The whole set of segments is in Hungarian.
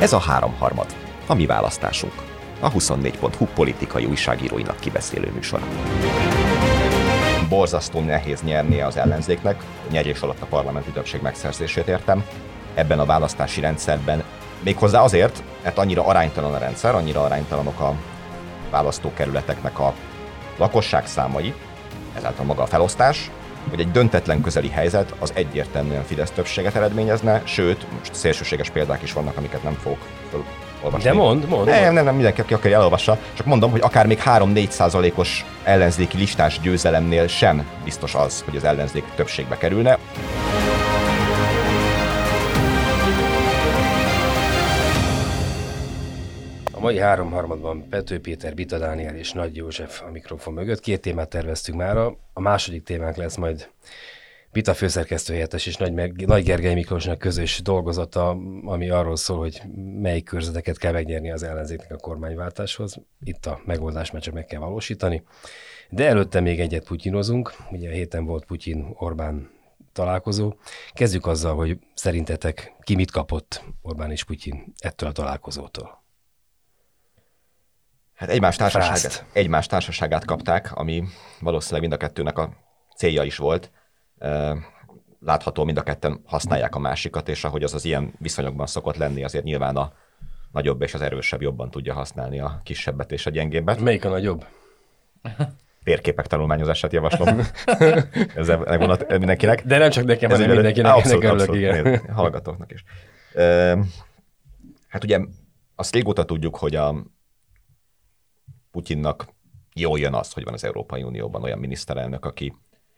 Ez a 3/3, a mi választásunk, a 24.hu politikai újságíróinak kibeszélő műsora. Borzasztó nehéz nyernie az ellenzéknek, nyerés alatt a parlamenti többség megszerzését értem. Ebben a választási rendszerben méghozzá azért, mert annyira aránytalan a rendszer, annyira aránytalanok a választókerületeknek a lakosság számai, ezáltal maga a felosztás, hogy egy döntetlen közeli helyzet az egyértelműen Fidesz többséget eredményezne, sőt, most szélsőséges példák is vannak, amiket nem fogok felolvasni. De mondd. Nem, mindenki, aki akarja, elolvassa. Csak mondom, hogy akár még 3-4%-os ellenzéki listás győzelemnél sem biztos az, hogy az ellenzék többségbe kerülne. A mai 3/3-ban Pető Péter, Bita Dániel és Nagy József a mikrofon mögött. 2 témát terveztünk mára. A második témánk lesz majd Bita főszerkesztőhelyettes és Nagy Gergely Miklósnak közös dolgozata, ami arról szól, hogy melyik körzeteket kell megnyerni az ellenzéknek a kormányváltáshoz. Itt a megoldás már csak meg kell valósítani. De előtte még egyet putyinozunk. Ugye a héten volt Putyin-Orbán találkozó. Kezdjük azzal, hogy szerintetek ki mit kapott Orbán és Putyin ettől a találkozótól? Hát egymás társaságát kapták, ami valószínűleg mind a kettőnek a célja is volt. Látható, mind a ketten használják a másikat, és ahogy az ilyen viszonyokban szokott lenni, azért nyilván a nagyobb és az erősebb jobban tudja használni a kisebbet és a gyengébbet. Melyik a nagyobb? Térképek tanulmányozását javaslom. Ezzel megvonat mindenkinek. De nem csak nekem, hanem mindenkinek. Abszolút, hallgatóknak is. Hát ugye azt régóta tudjuk, hogy a Putyinnak jól jön az, hogy van az Európai Unióban olyan miniszterelnök, aki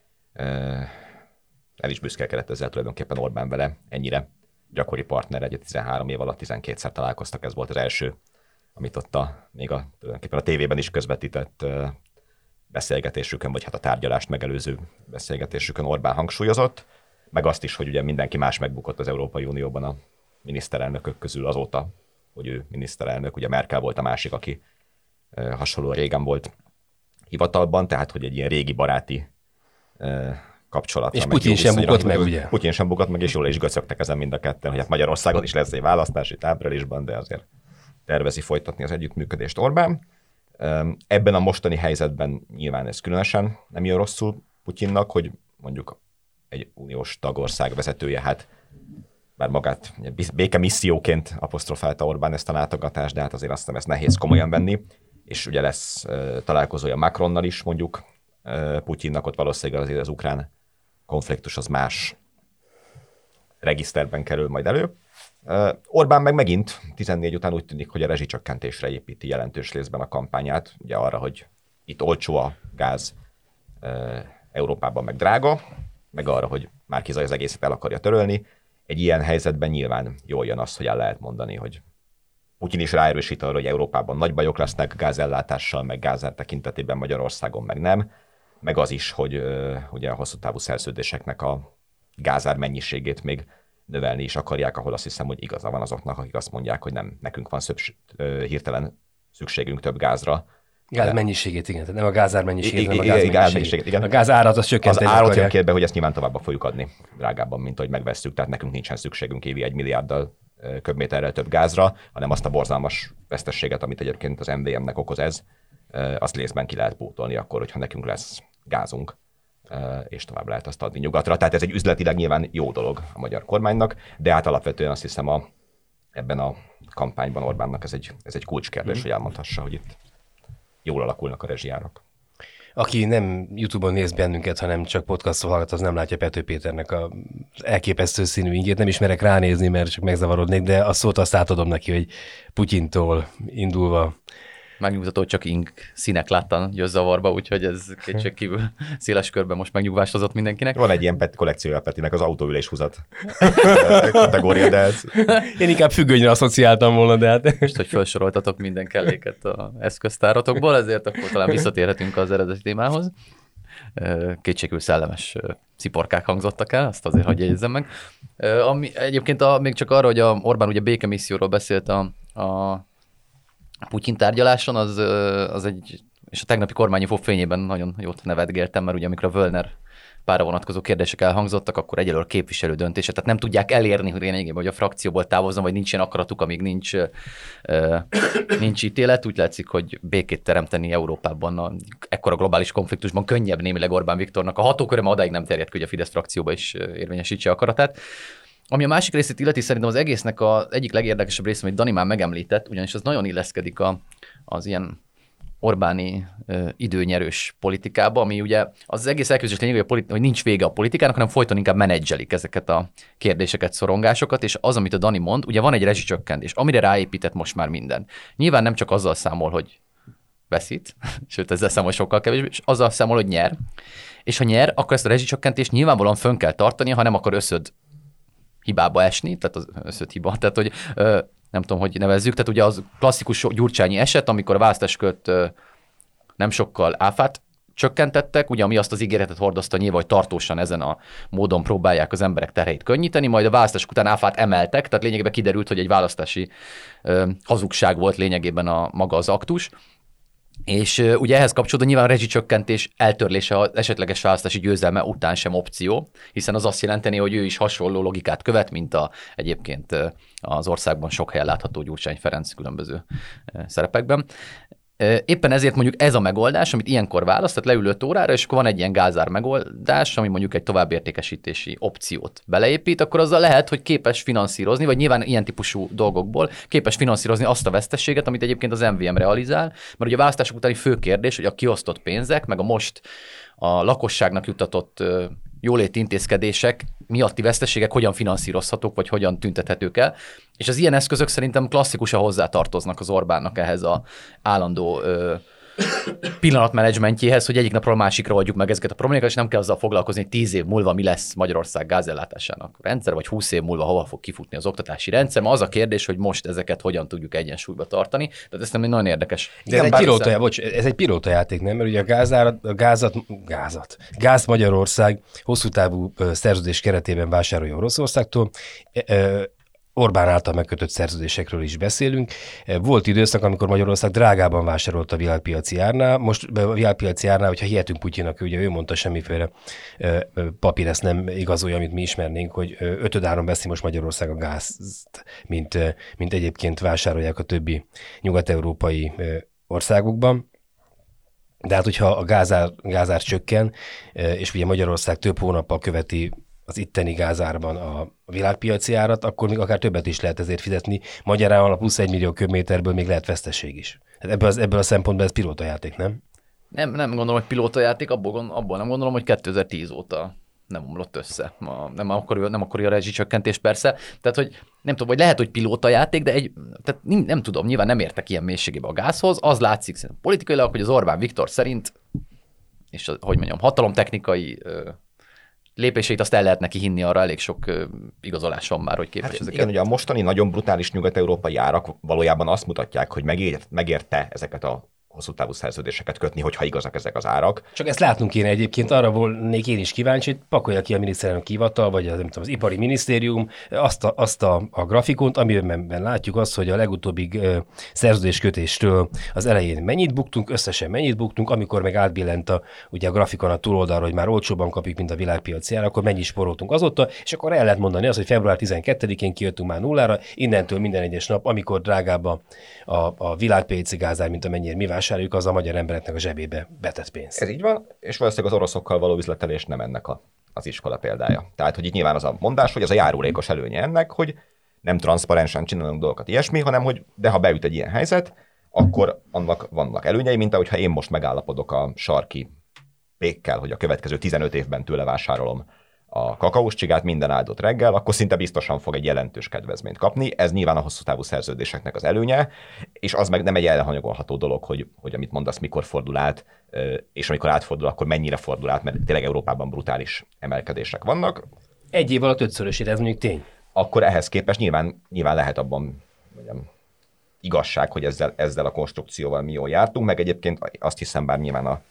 el is büszkélkedett ezzel tulajdonképpen Orbán vele ennyire gyakori partner, egy 13 év alatt 12-szer találkoztak, ez volt az első, amit ott tulajdonképpen a tévében is közvetített beszélgetésükön, vagy hát a tárgyalást megelőző beszélgetésükön Orbán hangsúlyozott, meg azt is, hogy ugye mindenki más megbukott az Európai Unióban a miniszterelnökök közül azóta, hogy ő miniszterelnök, ugye Merkel volt a másik, aki hasonlóan régen volt hivatalban, tehát hogy egy ilyen régi baráti kapcsolatra. És Putyin sem bukott meg, ugye? Putyin sem bukott meg, és jól is göcögtek ezen mind a ketten, hogy hát Magyarországon is lesz egy választás itt áprilisban, de azért tervezi folytatni az együttműködést Orbán. Ebben a mostani helyzetben nyilván ez különösen nem jön rosszul Putyinnak, hogy mondjuk egy uniós tagország vezetője, hát bár magát békemisszióként apostrofálta Orbán ezt a látogatást, de hát azért azt hiszem, ezt nehéz komolyan venni, és ugye lesz találkozója Macronnal is mondjuk Putyinnak, ott valószínűleg azért az ukrán konfliktus az más regiszterben kerül majd elő. Orbán meg megint 14 után úgy tűnik, hogy a rezsicsökkentésre építi jelentős részben a kampányát, ugye arra, hogy itt olcsó a gáz, Európában meg drága, meg arra, hogy Márki-Zay az egészet el akarja törölni. Egy ilyen helyzetben nyilván jól jön az, hogy el lehet mondani, hogy Putyin is ráerősít arra, hogy Európában nagy bajok lesznek gázellátással, meg gázár tekintetében Magyarországon meg nem, meg az is, hogy ugye a hosszú távú szerződéseknek a gázár mennyiségét még növelni is akarják, ahol azt hiszem, hogy igaza van azoknak, akik azt mondják, hogy nem nekünk van hirtelen szükségünk több gázra. Gáz mennyiségét, igen. Tehát nem a gázár mennyiségét, hanem a gáz mennyiségét. Igen. A gázárat az csökkenteni. Az árat jön képbe, hogy ezt nyilván tovább fogjuk adni drágábban, mint ahogy megvesszük, tehát nekünk nincsen szükségünk évi 1 milliárddal köbméterrel több gázra, hanem azt a borzalmas vesztességet, amit egyébként az MVM-nek okoz ez, azt részben ki lehet pótolni akkor, hogyha nekünk lesz gázunk, és tovább lehet azt adni nyugatra. Tehát ez egy üzletileg nyilván jó dolog a magyar kormánynak, de hát alapvetően azt hiszem ebben a kampányban Orbánnak ez egy kulcskérdés, hogy elmondhassa, hogy itt jól alakulnak a rezsijárak. Aki nem YouTube-on néz bennünket, hanem csak podcastot hallgat, az nem látja Pető Péternek az elképesztő színű ingét. Nem ismerek ránézni, mert csak megzavarodnék, de a szót azt átadom neki, hogy Putyintól indulva. Megnyugtató, hogy csak ing színek láttam győzzavarba, úgyhogy ez kétségkívül széles körben most megnyugvást hozott mindenkinek. Van egy ilyen kollekciója Petinek, az autóülés húzat kategória, de ez... Én inkább függönyre asszociáltam volna, de hát... Most, hogy felsoroltatok minden kelléket az eszköztáratokból, ezért akkor talán visszatérhetünk az eredeti témához. Kétségkívül szellemes sziporkák hangzottak el, azt azért hagyj jegyezzem meg. Egyébként még csak arra, hogy Orbán ugye békemisszióról beszélt a Putyin tárgyaláson, az egy, és a tegnapi kormányinfó fényében nagyon jót nevetgéltem, mert ugye amikor a Völner párra vonatkozó kérdések elhangzottak, akkor egyelőre képviselő döntése, tehát nem tudják elérni, hogy lényegében, hogy a frakcióból távozzon, vagy nincs ilyen akaratuk, amíg nincs ítélet. Úgy látszik, hogy békét teremteni Európában ekkora globális konfliktusban könnyebb némileg Orbán Viktornak. A hatóköre ma odáig nem terjed ki, hogy a Fidesz frakcióba is érvényesítse akaratát. Ami a másik részét illeti, szerintem az egésznek az egyik legérdekesebb része, amit Dani már megemlített, ugyanis az nagyon illeszkedik az ilyen Orbáni időnyerős politikába, ami ugye az egész elképzelés lényeg, hogy nincs vége a politikának, hanem folyton inkább menedzselik ezeket a kérdéseket, szorongásokat, és az, amit a Dani mond, ugye van egy rezsicsökkentés, amire ráépített most már minden. Nyilván nem csak azzal számol, hogy veszít, sőt ezzel számol sokkal kevésbé, és azzal számol, hogy nyer. És ha nyer, akkor ezt a rezsicsökkentést nyilvánvalóan fönn kell tartani, ha nem akar összöd hibába esni, tehát az összöd hiba, tehát hogy nem tudom, hogy nevezzük, tehát ugye az klasszikus gyurcsányi eset, amikor a választás közt nem sokkal áfát csökkentettek, ugye ami azt az ígéretet hordozta nyilván, hogy tartósan ezen a módon próbálják az emberek terheit könnyíteni, majd a választások után áfát emeltek, tehát lényegében kiderült, hogy egy választási hazugság volt lényegében maga az aktus. És ugye ehhez kapcsolódóan nyilván a rezsicsökkentés eltörlése az esetleges választási győzelme után sem opció, hiszen az azt jelenteni, hogy ő is hasonló logikát követ, mint egyébként az országban sok helyen látható Gyurcsány Ferenc különböző szerepekben. Éppen ezért mondjuk ez a megoldás, amit ilyenkor választ, tehát leül 5 órára, és akkor van egy ilyen gázár megoldás, ami mondjuk egy továbbértékesítési opciót beleépít, akkor azzal lehet, hogy képes finanszírozni, vagy nyilván ilyen típusú dolgokból képes finanszírozni azt a veszteséget, amit egyébként az MVM realizál, mert ugye a választások utáni fő kérdés, hogy a kiosztott pénzek, meg a most a lakosságnak juttatott jóléti intézkedések miatti veszteségek hogyan finanszírozhatók, vagy hogyan tüntethetők el. És az ilyen eszközök szerintem klasszikusan hozzátartoznak az Orbánnak ehhez az állandó pillanatmenedzsmentjéhez, hogy egyik napról a másikra oldjuk meg ezeket a problémákat, és nem kell azzal foglalkozni, hogy 10 év múlva mi lesz Magyarország gázellátásának rendszer, vagy 20 év múlva hova fog kifutni az oktatási rendszer. Ma az a kérdés, hogy most ezeket hogyn tudjuk egyensúlyba tartani. Tehát ez nem egy nagyon érdekes. De ez egy pilótajáték, nem? Mert ugye a gázt Magyarország hosszú távú szerződés keretében vásárolja Oroszországtól. Orbán által megkötött szerződésekről is beszélünk. Volt időszak, amikor Magyarország drágában vásárolt a világpiaci árnál. Most a világpiaci árnál, hogyha hihetünk Putyinak, ugye ő mondta, semmiféle papír ezt nem igazolja, amit mi ismernénk, hogy 5 áron veszi most Magyarország a gázt, mint egyébként vásárolják a többi nyugat-európai országokban. De hát, hogyha a gázár csökken, és ugye Magyarország több hónappal követi az itteni gázárban a világpiaci árat, akkor még akár többet is lehet ezért fizetni. Magyarán a plusz 1 millió köbméterből még lehet veszteség is. Ebből a szempontból ez pilótajáték, nem? Nem gondolom, hogy pilótajáték, abból nem gondolom, hogy 2010 óta nem omlott össze. Nem akarja a rezsicsökkentés persze. Tehát, hogy nem tudom, vagy lehet, hogy pilótajáték, de tehát nem tudom, nyilván nem értek ilyen mélységébe a gázhoz. Az látszik szerintem politikailag, hogy az Orbán Viktor szerint, és hogy mondjam, hatalomtechnikai lépéseit azt el lehet neki hinni, arra elég sok igazolás van már, hogy képes ezeket. Igen, ugye a mostani nagyon brutális nyugat-európai árak valójában azt mutatják, hogy megérte ezeket a hosszú távú szerződéseket kötni, hogyha igazak ezek az árak. Csak ezt látnunk kéne egyébként, arra volnék én is kíváncsi, hogy pakolja ki a miniszterelnök hivatal, vagy az ipari minisztérium azt a grafikont, amiben látjuk azt, hogy a legutóbbi szerződéskötéstől az elején mennyit buktunk, összesen mennyit buktunk, amikor meg átbillent ugye a grafikon a túloldalra, hogy már olcsóban kapjuk, mint a világpiaci ára, akkor mennyi sporoltunk azóta, és akkor el lehet mondani azt, hogy február 12-én kijöttünk már nullára, innentől minden egyes nap, amikor drágább a világpiaci gázár, mint amennyire mi vásároljuk, az a magyar embereknek a zsebébe betett pénz. Ez így van, és valószínűleg az oroszokkal való üzletelés nem ennek az iskola példája. Tehát, hogy itt nyilván az a mondás, hogy az a járulékos előnye ennek, hogy nem transzparensen csinálunk dolgokat ilyesmi, hanem hogy de ha beüt egy ilyen helyzet, akkor annak vannak előnyei, mint ahogyha én most megállapodok a sarki pékkel, hogy a következő 15 évben tőle vásárolom a kakaós csigát minden áldott reggel, akkor szinte biztosan fog egy jelentős kedvezményt kapni. Ez nyilván a hosszú távú szerződéseknek az előnye, és az meg nem egy elhanyagolható dolog, hogy amit mondasz, mikor fordul át, és amikor átfordul, akkor mennyire fordul át, mert tényleg Európában brutális emelkedések vannak. Egy év alatt 5-szörösére, ez mondjuk tény. Akkor ehhez képest nyilván lehet abban mondjam, igazság, hogy ezzel a konstrukcióval mi jól jártunk, meg egyébként azt hiszem, bár nyilván a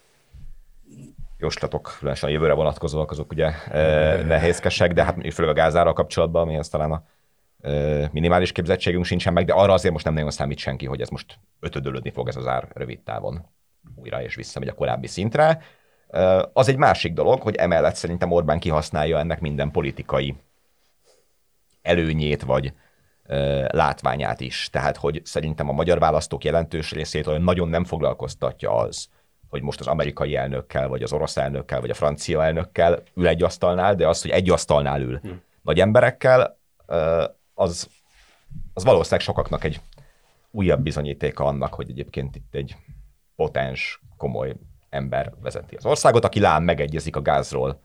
jóslatok, különösen a jövőre vonatkozóak, azok ugye nehézkesek, de hát főleg a gázárral kapcsolatban, amihez talán a minimális képzettségünk sincsen meg, de arra azért most nem nagyon számít senki, hogy ez most ötödölődni fog ez az ár rövid távon újra, és visszamegy a korábbi szintre. Az egy másik dolog, hogy emellett szerintem Orbán kihasználja ennek minden politikai előnyét, vagy látványát is. Tehát, hogy szerintem a magyar választók jelentős részét olyan nagyon nem foglalkoztatja az, hogy most az amerikai elnökkel, vagy az orosz elnökkel, vagy a francia elnökkel ül egy asztalnál, de az, hogy egy asztalnál ül nagy emberekkel, az valószínűleg sokaknak egy újabb bizonyítéka annak, hogy egyébként itt egy potens, komoly ember vezeti az országot, aki lám megegyezik a gázról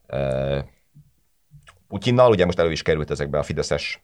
Putyinnal. Ugye most elő is került ezekben a fideszes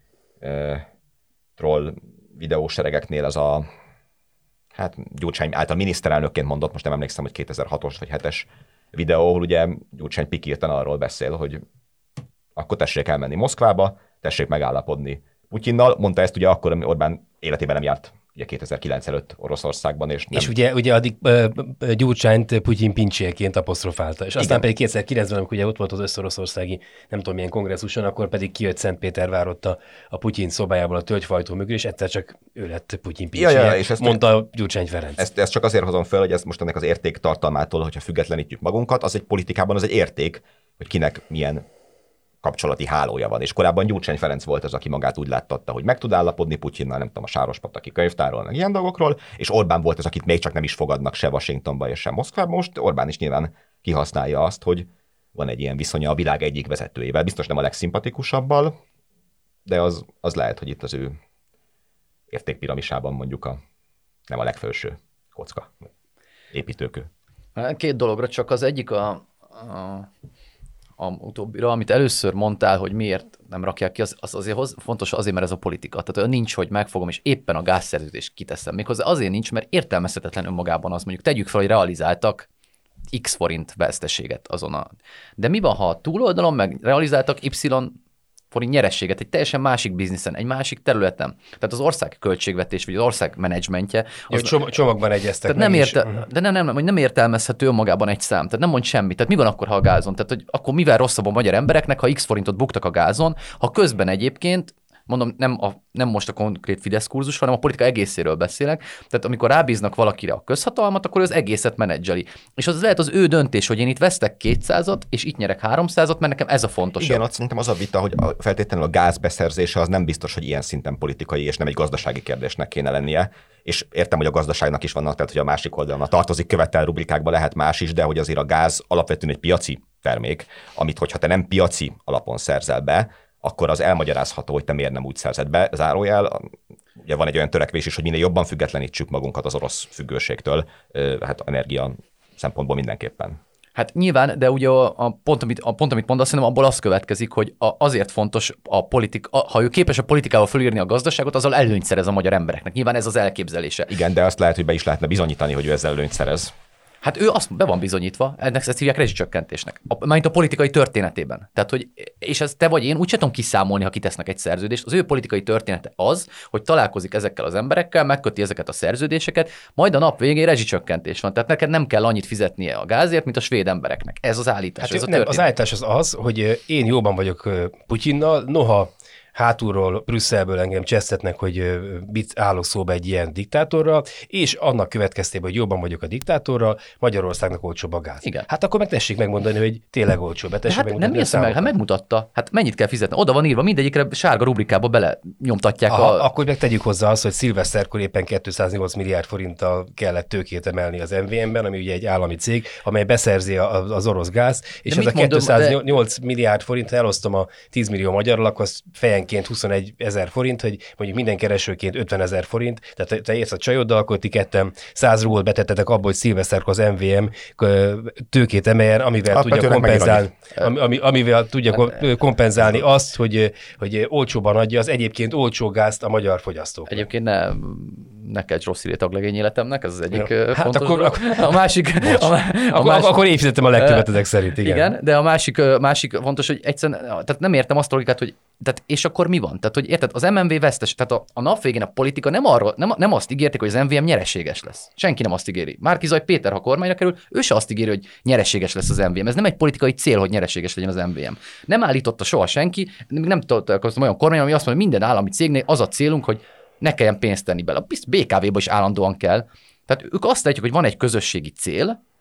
troll videóseregeknél az a Gyurcsány által miniszterelnökként mondott, most nem emlékszem, hogy 2006-os vagy 7-es videó, ahol ugye Gyurcsány pikírtan arról beszél, hogy akkor tessék elmenni Moszkvába, tessék megállapodni Putyinnal. Mondta ezt ugye akkor, amikor Orbán életében nem járt ugye 2009 előtt Oroszországban. És ugye addig Gyurcsányt Putyin pincsérként apostrofálta. És aztán pedig 2009-ben, amikor ugye ott volt az összoroszországi, nem tudom milyen kongresszuson, akkor pedig kijött Szentpétervár ott a Putyin szobájából a tölgyfajtó mögül, és egyszer csak ő lett Putyin pincsérje, és mondta Gyurcsány Ferenc. Ezt csak azért hozom fel, hogy ez most ennek az érték tartalmától, hogyha függetlenítjük magunkat, az egy politikában az egy érték, hogy kinek milyen kapcsolati hálója van. És korábban Gyurcsány Ferenc volt az, aki magát úgy láttatta, hogy meg tud állapodni Putyinnal, nem tudom, a Sárospataki könyvtárról, meg ilyen dolgokról, és Orbán volt az, akit még csak nem is fogadnak se Washingtonba és se Moszkvában. Most Orbán is nyilván kihasználja azt, hogy van egy ilyen viszonya a világ egyik vezetőjével. Biztos nem a legszimpatikusabbal, de az lehet, hogy itt az ő értékpiramisában mondjuk nem a legfelső kocka, építőkő. Két dologra, csak az egyik a utóbbira, amit először mondtál, hogy miért nem rakják ki, az azért fontos azért, mert ez a politika. Tehát nincs, hogy megfogom, és éppen a gázszerződést kiteszem. Méghozzá azért nincs, mert értelmezhetetlen önmagában az, mondjuk tegyük fel, hogy realizáltak X forint veszteséget azon De mi van, ha a túloldalon meg realizáltak Y forint nyerességet egy teljesen másik bizniszen, egy másik területen. Tehát az ország költségvetés, vagy az ország menedzsmentje. Csomagban egyeztek. Nem értelmezhető önmagában egy szám. Tehát nem mond semmit. Tehát mi van akkor, ha a gázon? Tehát hogy akkor mivel rosszabb a magyar embereknek, ha X forintot buktak a gázon, ha közben egyébként, mondom, nem most a konkrét Fidesz kurzus, hanem a politika egészéről beszélek. Tehát amikor rábíznak valakire a közhatalmat, akkor az egészet menedzseli. És az lehet az ő döntés, hogy én itt vesztek 200-at, és itt nyerek 300-at, mert nekem ez a fontos. Igen, ott szerintem az a vita, hogy feltétlenül a gáz beszerzése az nem biztos, hogy ilyen szinten politikai, és nem egy gazdasági kérdésnek kéne lennie. És értem, hogy a gazdaságnak is vannak, tehát hogy a másik oldalon a tartozik követel rubrikákban lehet más is, de hogy azért a gáz alapvetően egy piaci termék, amit hogyha te nem piaci alapon szerzel be, akkor az elmagyarázható, hogy te miért nem úgy szerzed be. Zárójel, ugye van egy olyan törekvés is, hogy minél jobban függetlenítsük magunkat az orosz függőségtől, hát energia szempontból mindenképpen. Hát nyilván, de ugye a pont, amit mondasz, szerintem abból az következik, hogy azért fontos a politika, ha ő képes a politikával fölírni a gazdaságot, azzal előnyt szerez a magyar embereknek. Nyilván ez az elképzelése. Igen, de azt lehet, hogy be is lehetne bizonyítani, hogy ő ezzel előnyt szerez. Hát ő azt be van bizonyítva, ezt hívják rezsicsökkentésnek. Mármint a politikai történetében. Tehát, hogy, és ez te vagy én úgy sem tudom kiszámolni, ha kitesznek egy szerződést. Az ő politikai története az, hogy találkozik ezekkel az emberekkel, megköti ezeket a szerződéseket, majd a nap végén rezsicsökkentés van. Tehát neked nem kell annyit fizetnie a gázért, mint a svéd embereknek. Ez az állítás. Hát az állítás az, hogy én jóban vagyok Putyinnal, noha hátulról, Brüsszelből engem csesztetnek, hogy állok szóba egy ilyen diktátorral, és annak következtében, hogy jobban vagyok a diktátorral, Magyarországnak olcsóbb a gáz. Igen. Hát akkor meg tessék megmondani, hogy tényleg olcsóbb. Hát nem értem meg, hát megmutatta. Hát mennyit kell fizetni? Oda van írva, mindegyikre sárga rubrikába bele nyomtatják. Akkor meg tegyük hozzá azt, hogy szilveszterkor éppen 208 milliárd forinttal kellett tőkét emelni az MVM-ben, ami ugye egy állami cég, amely beszerzi az orosz gáz, és ez a 208 milliárd forint, ha elosztom a 10 millió magyarral, akkor az fejenként 21 000 forint, hogy mondjuk minden keresőként 50 000 forint, tehát te érsz a csajoddal, akkor ti ketten 100 rublt betettetek abba, hogy szilveszterkor az MVM tőkét emeljen, amivel tudja kompenzálni, amivel tudja kompenzálni azt, hogy olcsóban adja az egyébként olcsó gázt a magyar fogyasztók. Egyébként ne kell rossz írét taglegény életemnek, ez az egyik fontos. A másik... Akkor én fizettem a legtöbbet ezek szerint, igen. De a másik fontos, hogy egyszerűen, tehát nem értem azt a logikát, hogy tehát, és akkor mi van? Tehát, hogy érted, az MNV vesztes, tehát a nap végén a politika nem azt ígérték, hogy az MVM nyereséges lesz. Senki nem azt ígéri. Márki-Zay Péter, ha kormányra kerül, ő se azt ígéri, hogy nyereséges lesz az MVM. Ez nem egy politikai cél, hogy nyereséges legyen az MVM. Nem állította soha senki, nem találkoztam olyan kormány, ami azt mondja, hogy minden állami cégnél az a célunk, hogy ne kelljen pénzt tenni bele. BKV-ba is állandóan kell. Tehát ők azt látják, hogy van egy közösségi cél,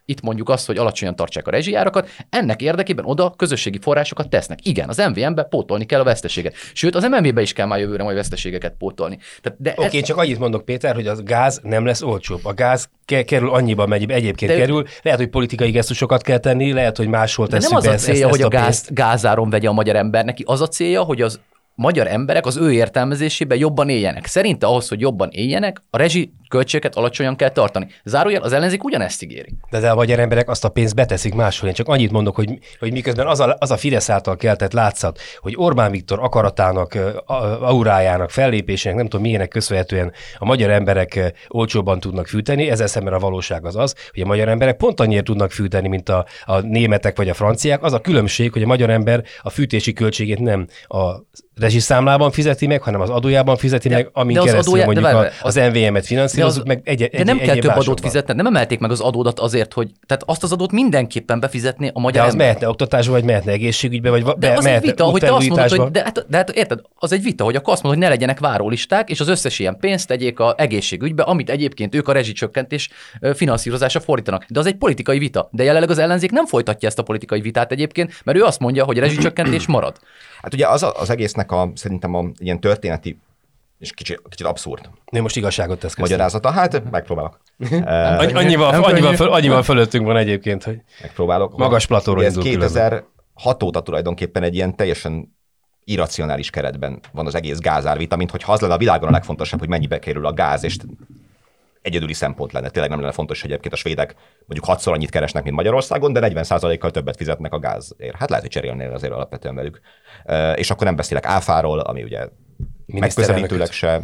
itt mondjuk azt, hogy alacsonyan tartsák a rezsijárakat, ennek érdekében oda közösségi forrásokat tesznek. Igen, az MVM-be pótolni kell a veszteséget. Sőt, az MNB-be is kell már jövőre majd veszteségeket pótolni. Oké, csak annyit mondok, Péter, hogy a gáz nem lesz olcsóbb. A gáz kerül annyiba, mennyibe egyébként kerül. Lehet, hogy politikai gesztusokat kell tenni, lehet, hogy máshol tesszük be ezt. Nem az a célja, hogy a gázáron vegye a magyar ember. Neki az a célja, hogy az magyar emberek az ő értelmezésében jobban éljenek. Szerinte ahhoz, hogy jobban éljenek, a rezsiköltségeket alacsonyan kell tartani. Zárójel, az ellenzék ugyanezt ígéri. De a magyar emberek azt a pénzt beteszik máshol. Én csak annyit mondok, hogy miközben az a Fidesz által keltett látszat, hogy Orbán Viktor akaratának, aurájának, fellépésének, nem tudom milyenek köszönhetően a magyar emberek olcsóbban tudnak fűteni, ezzel szemben a valóság az, hogy a magyar emberek pont annyira tudnak fűteni, mint a németek vagy a franciák. Az a különbség, hogy a magyar ember a fűtési költségét nem a rezsiszámlában fizeti meg, hanem az adójában fizeti meg, amin keresztül mondjuk az NVM-et finanszírozzuk, meg de nem kell több adót fizetni, nem emelték meg az adódat azért, hogy tehát azt az adót mindenképpen befizetni a magyar ember. De az mehetne oktatásba, vagy mehetne egészségügybe, vagy de az egy vita, hogy te azt mondod, hogy de hát érted, az egy vita, hogy akkor azt mondod, hogy ne legyenek várólisták, és az összes ilyen pénzt tegyék az egészségügybe, amit egyébként ők a rezsicsökkentés finanszírozása fordítanak. De az egy politikai vita. De jelenleg az ellenzék nem folytatja ezt a politikai vitát egyébként, mert ő azt mondja, hogy a rezsicsökkentés marad. Hát ugye az egésznek szerintem a ilyen történeti és kicsit abszurd. Én most igazságot tesz. Magyarázata, hát megpróbálok. Annyival fölöttünk van egyébként, hogy megpróbálok. Magas platóról indul 2006 óta tulajdonképpen egy ilyen teljesen irracionális keretben van az egész gázárvita, mint hogyha az lenne a világon a legfontosabb, hogy mennyibe kerül a gáz, és egyedüli szempont lenne. Tényleg nem lenne fontos, hogy egyébként a svédek mondjuk 6-szor annyit keresnek, mint Magyarországon, de 40%-kal többet fizetnek a gázért. Hát lehet, hogy cserélnél azért alapvetően velük. És akkor nem beszélek áfáról, ami ugye megközelítőleg se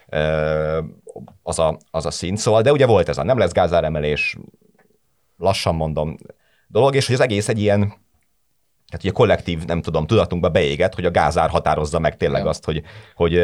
az a szint. Szóval, de ugye volt ez a nem lesz gázáremelés, lassan mondom dolog, és hogy az egész egy ilyen, tehát ugye kollektív, nem tudom, tudatunkba beégett, hogy a gázár határozza meg tényleg azt, hogy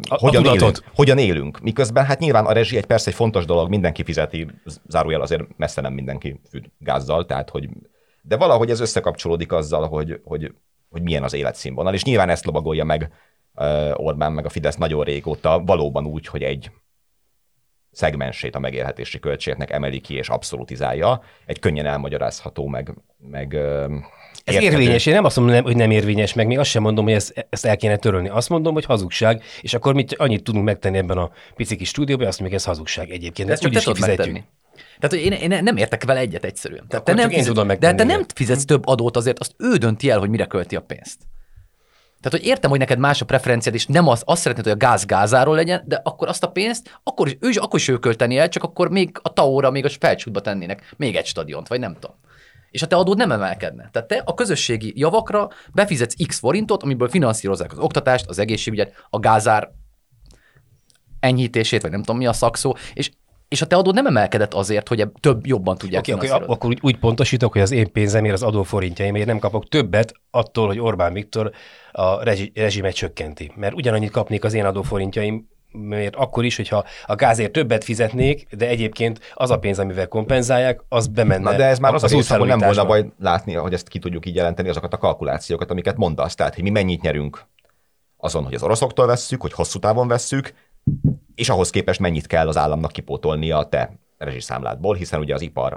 hogyan élünk. Miközben hát nyilván a rezsi persze egy fontos dolog, mindenki fizeti, zárójel azért messze nem mindenki fűt gázzal, tehát de valahogy ez összekapcsolódik azzal, hogy milyen az életszínvonal, és nyilván ezt lovagolja meg Orbán meg a Fidesz nagyon régóta, valóban úgy, hogy egy szegmensét a megélhetési költségeknek emeli ki és abszolutizálja, egy könnyen elmagyarázható, meg ez érvényes, én nem azt mondom, hogy nem érvényes, meg még azt sem mondom, hogy ezt el kéne törölni. Azt mondom, hogy hazugság, és akkor mi annyit tudunk megtenni ebben a pici kis stúdióban, azt mondjuk ez hazugság egyébként. Ezt csak kifizetjük. Tehát, hogy én nem értek vele egyet egyszerűen. Tehát te nem fizetsz több adót azért, azt ő dönti el, hogy mire költi a pénzt. Tehát, hogy értem, hogy neked más a preferenciád, és nem azt szeretnéd, hogy a gáz gázáról legyen, de akkor azt a pénzt, akkor is ő költeni el, csak akkor még a TAO-ra, még a Felcsútba tennének még egy stadiont, vagy nem tudom. És a te adód nem emelkedne. Tehát te a közösségi javakra befizetsz X forintot, amiből finanszírozzák az oktatást, az egészségügyet, a gázár enyhítését, vagy nem tudom mi a szakszó, és a te adód nem emelkedett azért, hogy jobban tudják finanszírozni. Akkor úgy pontosítok, hogy az én pénzemért, az adóforintjaimért nem kapok többet attól, hogy Orbán Viktor a rezsimet csökkenti. Mert ugyanannyit kapnék az én adóforintjaim, mert akkor is, hogyha a gázért többet fizetnék, de egyébként az a pénz, amivel kompenzálják, az bemenne. Na de ez már az rész, ahol nem volna baj látni, hogy ezt ki tudjuk így jelenteni, azokat a kalkulációkat, amiket mondasz. Tehát, hogy mi mennyit nyerünk azon, hogy az oroszoktól vesszük, hogy hosszú távon vesszük, és ahhoz képest mennyit kell az államnak kipótolnia a te rezsiszámládból, hiszen ugye az ipar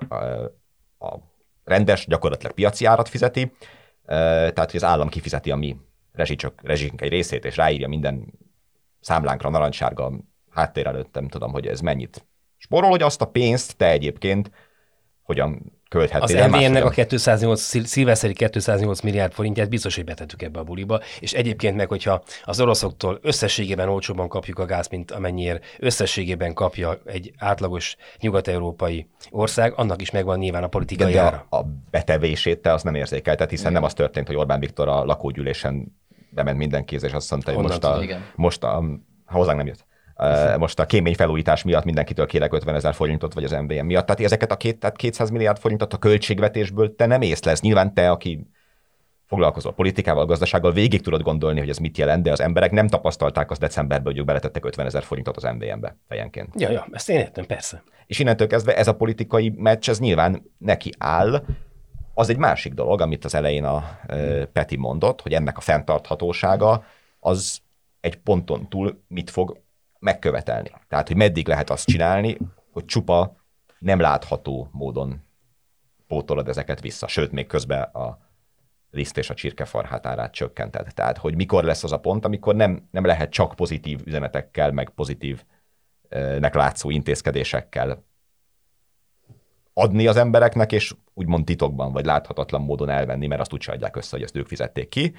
a rendes, gyakorlatilag piaci árat fizeti, tehát hogy az állam kifizeti a mi rezsink egy részét, és ráírja minden számlánkra narancssárga háttér előtt, nem tudom, hogy ez mennyit spórol, hogy azt a pénzt te egyébként hogyan költhetnél. Az MVM-nek a szilveszteri 208 milliárd forintját biztos, hogy betettük ebbe a buliba, és egyébként meg, hogyha az oroszoktól összességében olcsóban kapjuk a gáz, mint amennyiért összességében kapja egy átlagos nyugat-európai ország, annak is megvan nyilván a politikai ára. A betevését te azt nem érzékelted, hiszen nem az történt, hogy Orbán Viktor a lakógyűlésen bement mindenkihez, és azt mondta, hogy most hozzánk nem jött. Most a kéményfelújítás miatt mindenkitől kérek 50 000 forintot, vagy az MVM miatt. Tehát ezeket tehát 200 milliárd forintot a költségvetésből te nem észlelsz. Nyilván te, aki foglalkozol politikával, gazdasággal, végig tudod gondolni, hogy ez mit jelent, de az emberek nem tapasztalták azt decemberben, hogy ők beletettek 50 000 forintot az MVM-be fejenként. Ja, ezt én értem, persze. És innentől kezdve ez a politikai meccs, ez nyilván neki áll. Az egy másik dolog, amit az elején a Peti mondott, hogy ennek a fenntarthatósága az egy ponton túl mit fog megkövetelni. Tehát, hogy meddig lehet azt csinálni, hogy csupa nem látható módon pótolod ezeket vissza. Sőt, még közben a liszt és a csirkefarhát árát csökkented. Tehát, hogy mikor lesz az a pont, amikor nem lehet csak pozitív üzenetekkel, meg pozitívnek látszó intézkedésekkel adni az embereknek, és úgymond titokban, vagy láthatatlan módon elvenni, mert azt úgy adják össze, hogy ezt ők fizették ki.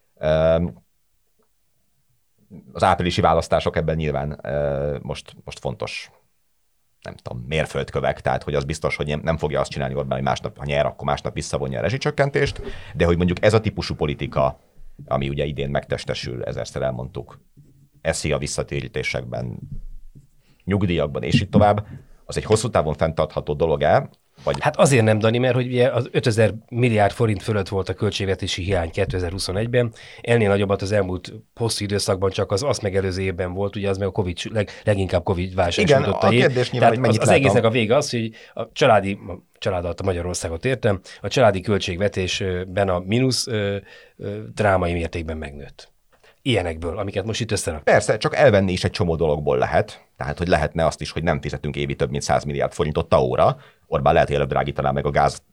Az áprilisi választások ebben nyilván most fontos, nem tudom, mérföldkövek, tehát hogy az biztos, hogy nem fogja azt csinálni Orbán, hogy másnap, ha nyer, akkor másnap visszavonja a rezsicsökkentést, de hogy mondjuk ez a típusú politika, ami ugye idén megtestesül, ezerszer elmondtuk, eszi a visszatérítésekben, nyugdíjakban, és így tovább, az egy hosszú távon fenntartható dolog-e? Vagy... Hát azért nem, Dani, mert hogy ugye az 5000 milliárd forint fölött volt a költségvetési hiány 2021-ben, ennél nagyobbat az elmúlt hosszú időszakban csak az azt megelőző évben volt, ugye az meg a Covid, leginkább Covid válság. Igen, a kérdés nyilván, hogy mennyit az egésznek a vége az, hogy a család alatt a Magyarországot értem, a családi költségvetésben a mínusz drámai mértékben megnőtt. Ilyenekből, amiket most itt összerak. Persze, csak elvenni is egy csomó dologból lehet. Tehát, hogy lehetne azt is, hogy nem fizetünk évi több mint 100 milliárd forintot TAO-ra. Orbán lehet, hogy előbb drágítaná meg a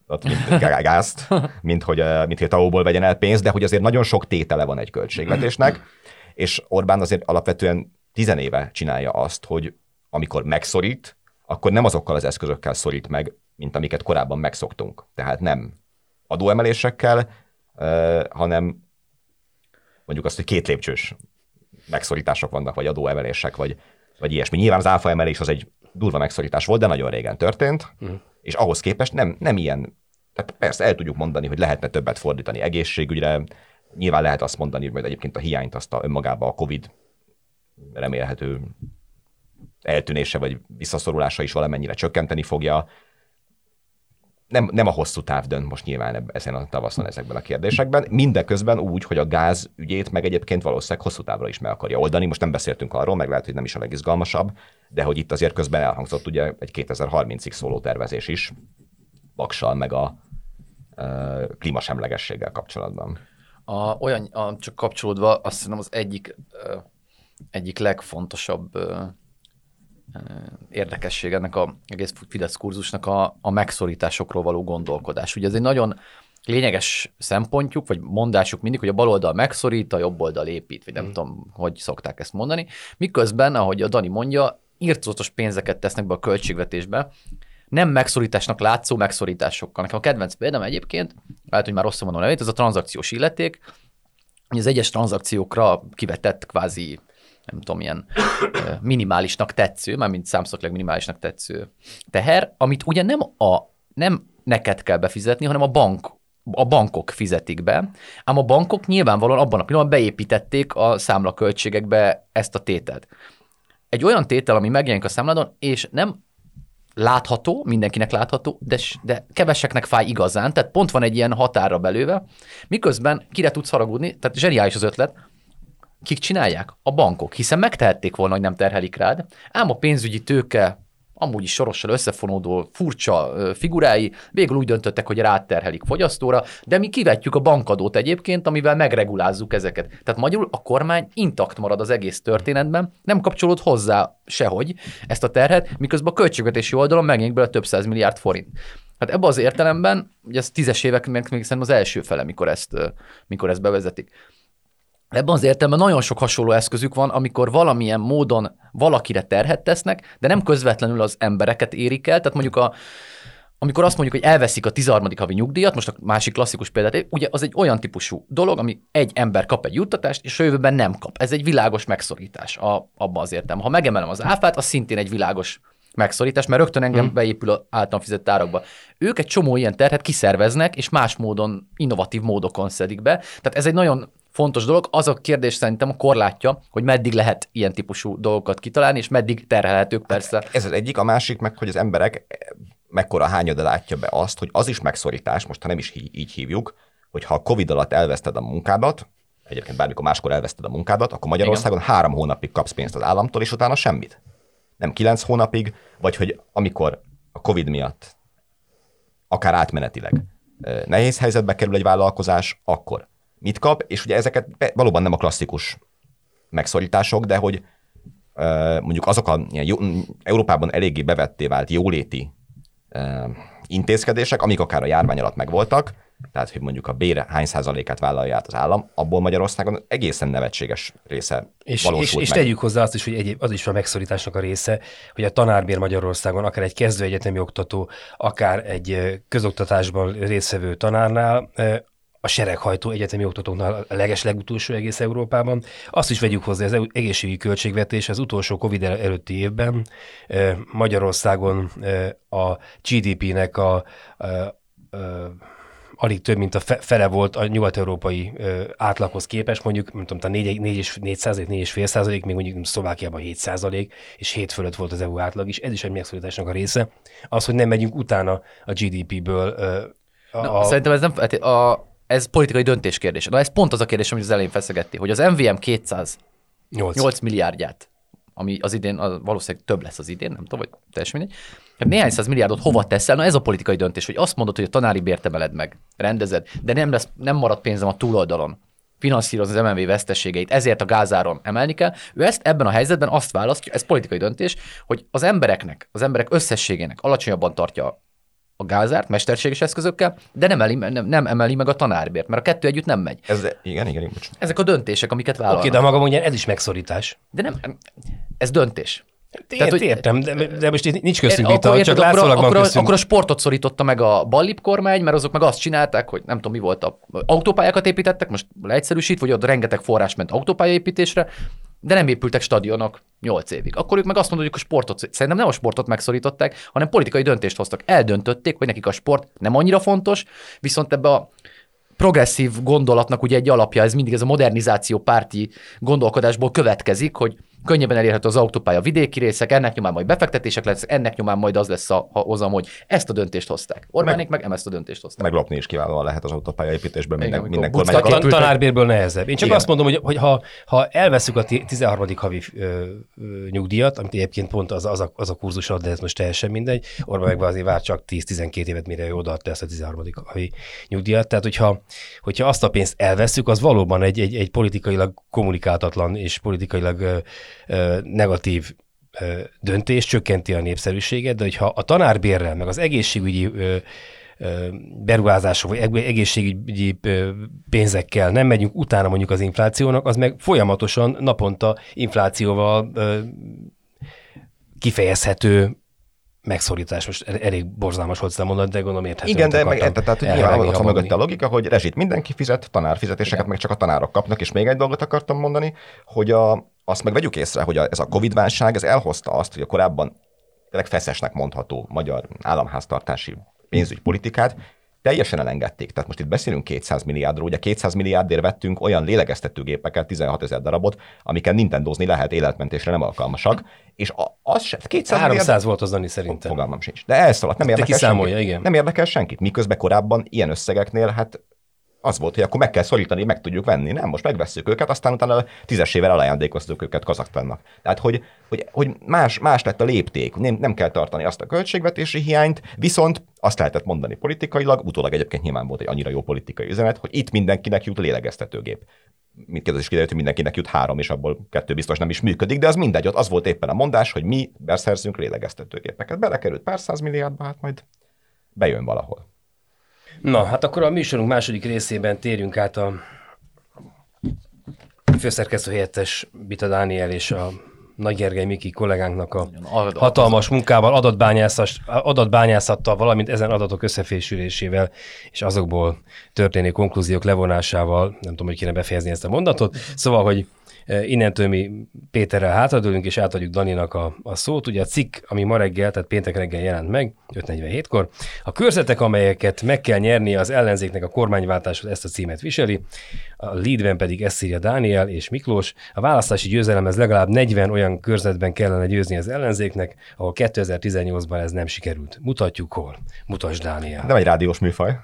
gázt, mint hogy TAO-ból vegyen el pénzt, de hogy azért nagyon sok tétele van egy költségvetésnek, és Orbán azért alapvetően 10 éve csinálja azt, hogy amikor megszorít, akkor nem azokkal az eszközökkel szorít meg, mint amiket korábban megszoktunk. Tehát nem adóemelésekkel, hanem mondjuk azt, hogy 2 lépcsős megszorítások vannak, vagy adóemelések, vagy ilyesmi. Nyilván az áfa emelés az egy durva megszorítás volt, de nagyon régen történt, és ahhoz képest nem ilyen, tehát persze el tudjuk mondani, hogy lehetne többet fordítani egészségügyre, nyilván lehet azt mondani, hogy egyébként a hiányt azt önmagában a Covid remélhető eltűnése, vagy visszaszorulása is valamennyire csökkenteni fogja. Nem a hosszú táv dönt most nyilván ezen a tavaszon ezekben a kérdésekben, mindeközben úgy, hogy a gáz ügyét meg egyébként valószínűleg hosszú távra is meg akarja oldani. Most nem beszéltünk arról, meg lehet, hogy nem is a legizgalmasabb, de hogy itt azért közben elhangzott ugye egy 2030-ig szóló tervezés is, Vaksal meg a klímasemlegességgel kapcsolatban. Csak kapcsolódva, azt hiszem az egyik legfontosabb érdekesség ennek az egész Fidesz kurzusnak a megszorításokról való gondolkodás. Ugye ez egy nagyon lényeges szempontjuk, vagy mondásuk mindig, hogy a bal oldal megszorít, a jobb oldal épít, vagy nem tudom, hogy szokták ezt mondani. Miközben, ahogy a Dani mondja, irtózatos pénzeket tesznek be a költségvetésbe, nem megszorításnak látszó megszorításokkal. Nekem a kedvenc példám egyébként, lehet, hogy már rosszul mondom a nevét, ez a tranzakciós illeték, hogy az egyes tranzakciókra kivetett kvázi nem tudom, ilyen minimálisnak tetsző, mármint számszakilag minimálisnak tetsző teher, amit ugye nem neked kell befizetni, hanem a bankok fizetik be, ám a bankok nyilvánvalóan abban a pillanatban beépítették a számlaköltségekbe ezt a tételt. Egy olyan tétel, ami megjelenik a számládon, és nem látható, mindenkinek látható, de keveseknek fáj igazán, tehát pont van egy ilyen határra belőve, miközben kire tudsz haragudni, tehát zseniális az ötlet. Kik csinálják? A bankok, hiszen megtehették volna, hogy nem terhelik rád, ám a pénzügyi tőke, amúgy is sorossal összefonódó furcsa figurái végül úgy döntöttek, hogy ráterhelik fogyasztóra, de mi kivetjük a bankadót egyébként, amivel megregulázzuk ezeket. Tehát magyarul a kormány intakt marad az egész történetben, nem kapcsolód hozzá sehogy ezt a terhet, miközben a költségvetési oldalon megjelenik bele több 100 milliárd forint. Hát ebben az értelemben, ugye ez 10-es évek még szerintem az első fele, mikor ezt bevezetik. Ebben az értelemben nagyon sok hasonló eszközük van, amikor valamilyen módon valakire terhet tesznek, de nem közvetlenül az embereket érik el. Tehát mondjuk amikor azt mondjuk, hogy elveszik a 13. havi nyugdíjat, most a másik klasszikus példát, ugye az egy olyan típusú dolog, ami egy ember kap egy juttatást, és a jövőben nem kap. Ez egy világos megszorítás abban az értelemben. Ha megemelem az áfát, az szintén egy világos megszorítás, mert rögtön engem beépül az általam fizett árakba. Ők egy csomó ilyen terhet kiszerveznek, és más módon, innovatív módokon szedik be. Tehát ez egy nagyon fontos dolog. Az a kérdés szerintem a korlátja, hogy meddig lehet ilyen típusú dolgokat kitalálni, és meddig terhelhetők persze. Ez az egyik, a másik meg, hogy az emberek mekkora hányada látja be azt, hogy az is megszorítás, most ha nem is így hívjuk, hogy ha a Covid alatt elveszted a munkádat, egyébként bármikor máskor elveszted a munkádat, akkor Magyarországon 3 hónapig kapsz pénzt az államtól, és utána semmit. Nem 9 hónapig, vagy hogy amikor a Covid miatt akár átmenetileg nehéz helyzetbe kerül egy vállalkozás, akkor mit kap, és ugye ezeket valóban nem a klasszikus megszorítások, de hogy mondjuk azok a Európában eléggé bevetté vált jóléti intézkedések, amik akár a járvány alatt megvoltak, tehát hogy mondjuk a bére hány százalékát vállalja át az állam, abból Magyarországon egészen nevetséges része valósult és meg. tegyük hozzá azt is, hogy az is a megszorításnak a része, hogy a tanárbér Magyarországon, akár egy kezdő egyetemi oktató, akár egy közoktatásban résztvevő tanárnál, a sereghajtó egyetemi oktatóknál a legutolsó egész Európában. Azt is vegyük hozzá, az egészségügyi költségvetés az utolsó Covid előtti évben Magyarországon a GDP-nek alig több, mint a fele volt a nyugat-európai átlaghoz képest, mondjuk, nem tudom, 4,5%, még mondjuk Szlovákiában 7%, és 7 fölött volt az EU átlag is. Ez is egy megszorításnak a része. Az, hogy nem megyünk utána a GDP-ből. Szerintem ez nem... Ez politikai döntés kérdése. Na ez pont az a kérdés, amit az elején feszegettél, hogy az MVM 208 milliárdját, ami az idén valószínűleg több lesz az idén, nem tudom, vagy teljesen mindegy. Néhány száz milliárdot hova teszel? Na ez a politikai döntés, hogy azt mondod, hogy a tanári bért emeled meg, rendezed, de nem marad pénzem a túloldalon. Finanszírozni az MNV veszteségeit, ezért a gázáron emelni kell. Ő ezt ebben a helyzetben azt választja, ez politikai döntés, hogy az emberek összességének alacsonyabban tartja a gázárt mesterséges eszközökkel, de nem emeli meg a tanárbért, mert a kettő együtt nem megy. Igen. Ezek a döntések, amiket vállalnak. Oké, de maga mondja, ez is megszorítás. De nem, ez döntés. Értem, de most nincs köztünk vita, csak látszólag van köztünk. Akkor a sportot szorította meg a Ballip kormány, mert azok meg azt csinálták, hogy nem tudom mi volt, autópályákat építettek, most leegyszerűsít, vagy ott rengeteg forrás ment autópályaépítésre, de nem épültek stadionok 8 évig. Akkor ők meg azt mondod, hogy a sportot, szerintem nem a sportot megszorították, hanem politikai döntést hoztak. Eldöntötték, hogy nekik a sport nem annyira fontos, viszont ebbe a progresszív gondolatnak ugye egy alapja, ez mindig ez a modernizáció párti gondolkodásból következik, hogy könnyebben elérhető az autópálya vidéki részek, ennek nyomán majd befektetések lesz, ennek nyomán majd az lesz a hozam, hogy ezt a döntést hozták. Orbánék meg ezt a döntést hozták. Meglopni is kiválóan lehet az autópálya építésből minden kormány. Tanárbérből nehezebb. Én csak azt mondom, hogy ha elveszük a 13. havi nyugdíjat, amit egyébként pont az a kurzus ad, de ez most teljesen mindegy, Orbán meg azért vár csak 10-12 évet, mire ő odaadta ezt a 13. havi nyugdíjat. Tehát, hogyha azt a pénzt elveszük, az valóban egy politikailag kommunikáltatlan és politikailag negatív döntés, csökkenti a népszerűséget, de hogyha a tanárbérrel, meg az egészségügyi beruházások, vagy egészségügyi pénzekkel nem megyünk utána mondjuk az inflációnak, az meg folyamatosan naponta inflációval kifejezhető megszorítás. Most elég borzalmas hozzá mondani, de gondolom érthető. Igen, de tehát nyilván ott van mögötte a logika, hogy rezsit mindenki fizet, tanárfizetéseket meg csak a tanárok kapnak, és még egy dolgot akartam mondani, hogy azt meg vegyük észre, hogy ez a Covid-válság, ez elhozta azt, hogy a korábban tényleg feszesnek mondható magyar államháztartási pénzügypolitikát teljesen elengedték. Tehát most itt beszélünk 200 milliárdról, ugye 200 milliárdért vettünk olyan lélegeztetőgépeket, 16 000 darabot, amikkel nintendozni lehet, életmentésre nem alkalmasak, és az se, 200 300 volt az, Dani, szerintem. Fogalmam sincs. De elszaladt, nem érdekel senkit. Igen. Nem érdekel senkit. Miközben korábban ilyen összegeknél, hát az volt, hogy akkor meg kell szorítani, meg tudjuk venni. Nem, most megvesszük őket, aztán utána 10-esével elajándékoztuk őket Kazaksztánnak. Tehát, hogy más lett a lépték, nem kell tartani azt a költségvetési hiányt, viszont azt lehetett mondani politikailag, utólag egyébként nyilván volt egy annyira jó politikai üzenet, hogy itt mindenkinek jut lélegeztetőgép. Mindkettő is kiderült, hogy mindenkinek jut 3, és abból 2 biztos nem is működik, de az mindegy, az volt éppen a mondás, hogy mi beszerzünk lélegeztetőgépeket. Belekerült pár 100 milliárdba, hát majd bejön valahol. Na, hát akkor a műsorunk második részében térjünk át a főszerkesztő helyettes Bita Dániel és a Nagy Gergely Miki kollégánknak a hatalmas munkával, adatbányászattal, valamint ezen adatok összefésülésével és azokból történő konklúziók levonásával, nem tudom, hogy kéne befejezni ezt a mondatot, szóval, hogy innentől mi Péterrel hátradőlünk, és átadjuk Daninak a szót. Ugye a cikk, ami ma reggel, tehát péntek reggel jelent meg, 5:47-kor. A körzetek, amelyeket meg kell nyernie az ellenzéknek a kormányváltáshoz, ezt a címet viseli. A leadben pedig ezt írja Dániel és Miklós. A választási győzelemhez legalább 40 olyan körzetben kellene győzni az ellenzéknek, ahol 2018-ban ez nem sikerült. Mutatjuk hol. Mutasd, Dániel. Nem egy rádiós műfaj.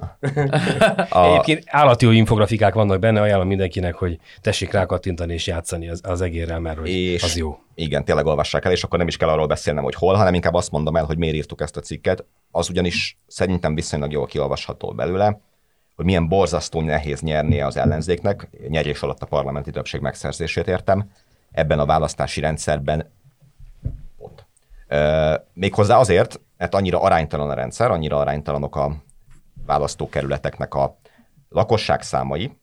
Egyébként állati jó infografikák vannak benne, ajánlom mindenkinek, hogy tessék rákattintani és játszani az egérrel, mert és az jó. Igen, tényleg olvassák el, és akkor nem is kell arról beszélnem, hogy hol, hanem inkább azt mondom el, hogy miért írtuk ezt a cikket. Az ugyanis szerintem viszonylag jól kiolvasható belőle, hogy milyen borzasztó nehéz nyernie az ellenzéknek, nyerés alatt a parlamenti többség megszerzését értem, ebben a választási rendszerben. Méghozzá azért, mert annyira aránytalan a rendszer, annyira aránytalanok a választókerületeknek a lakosság számai,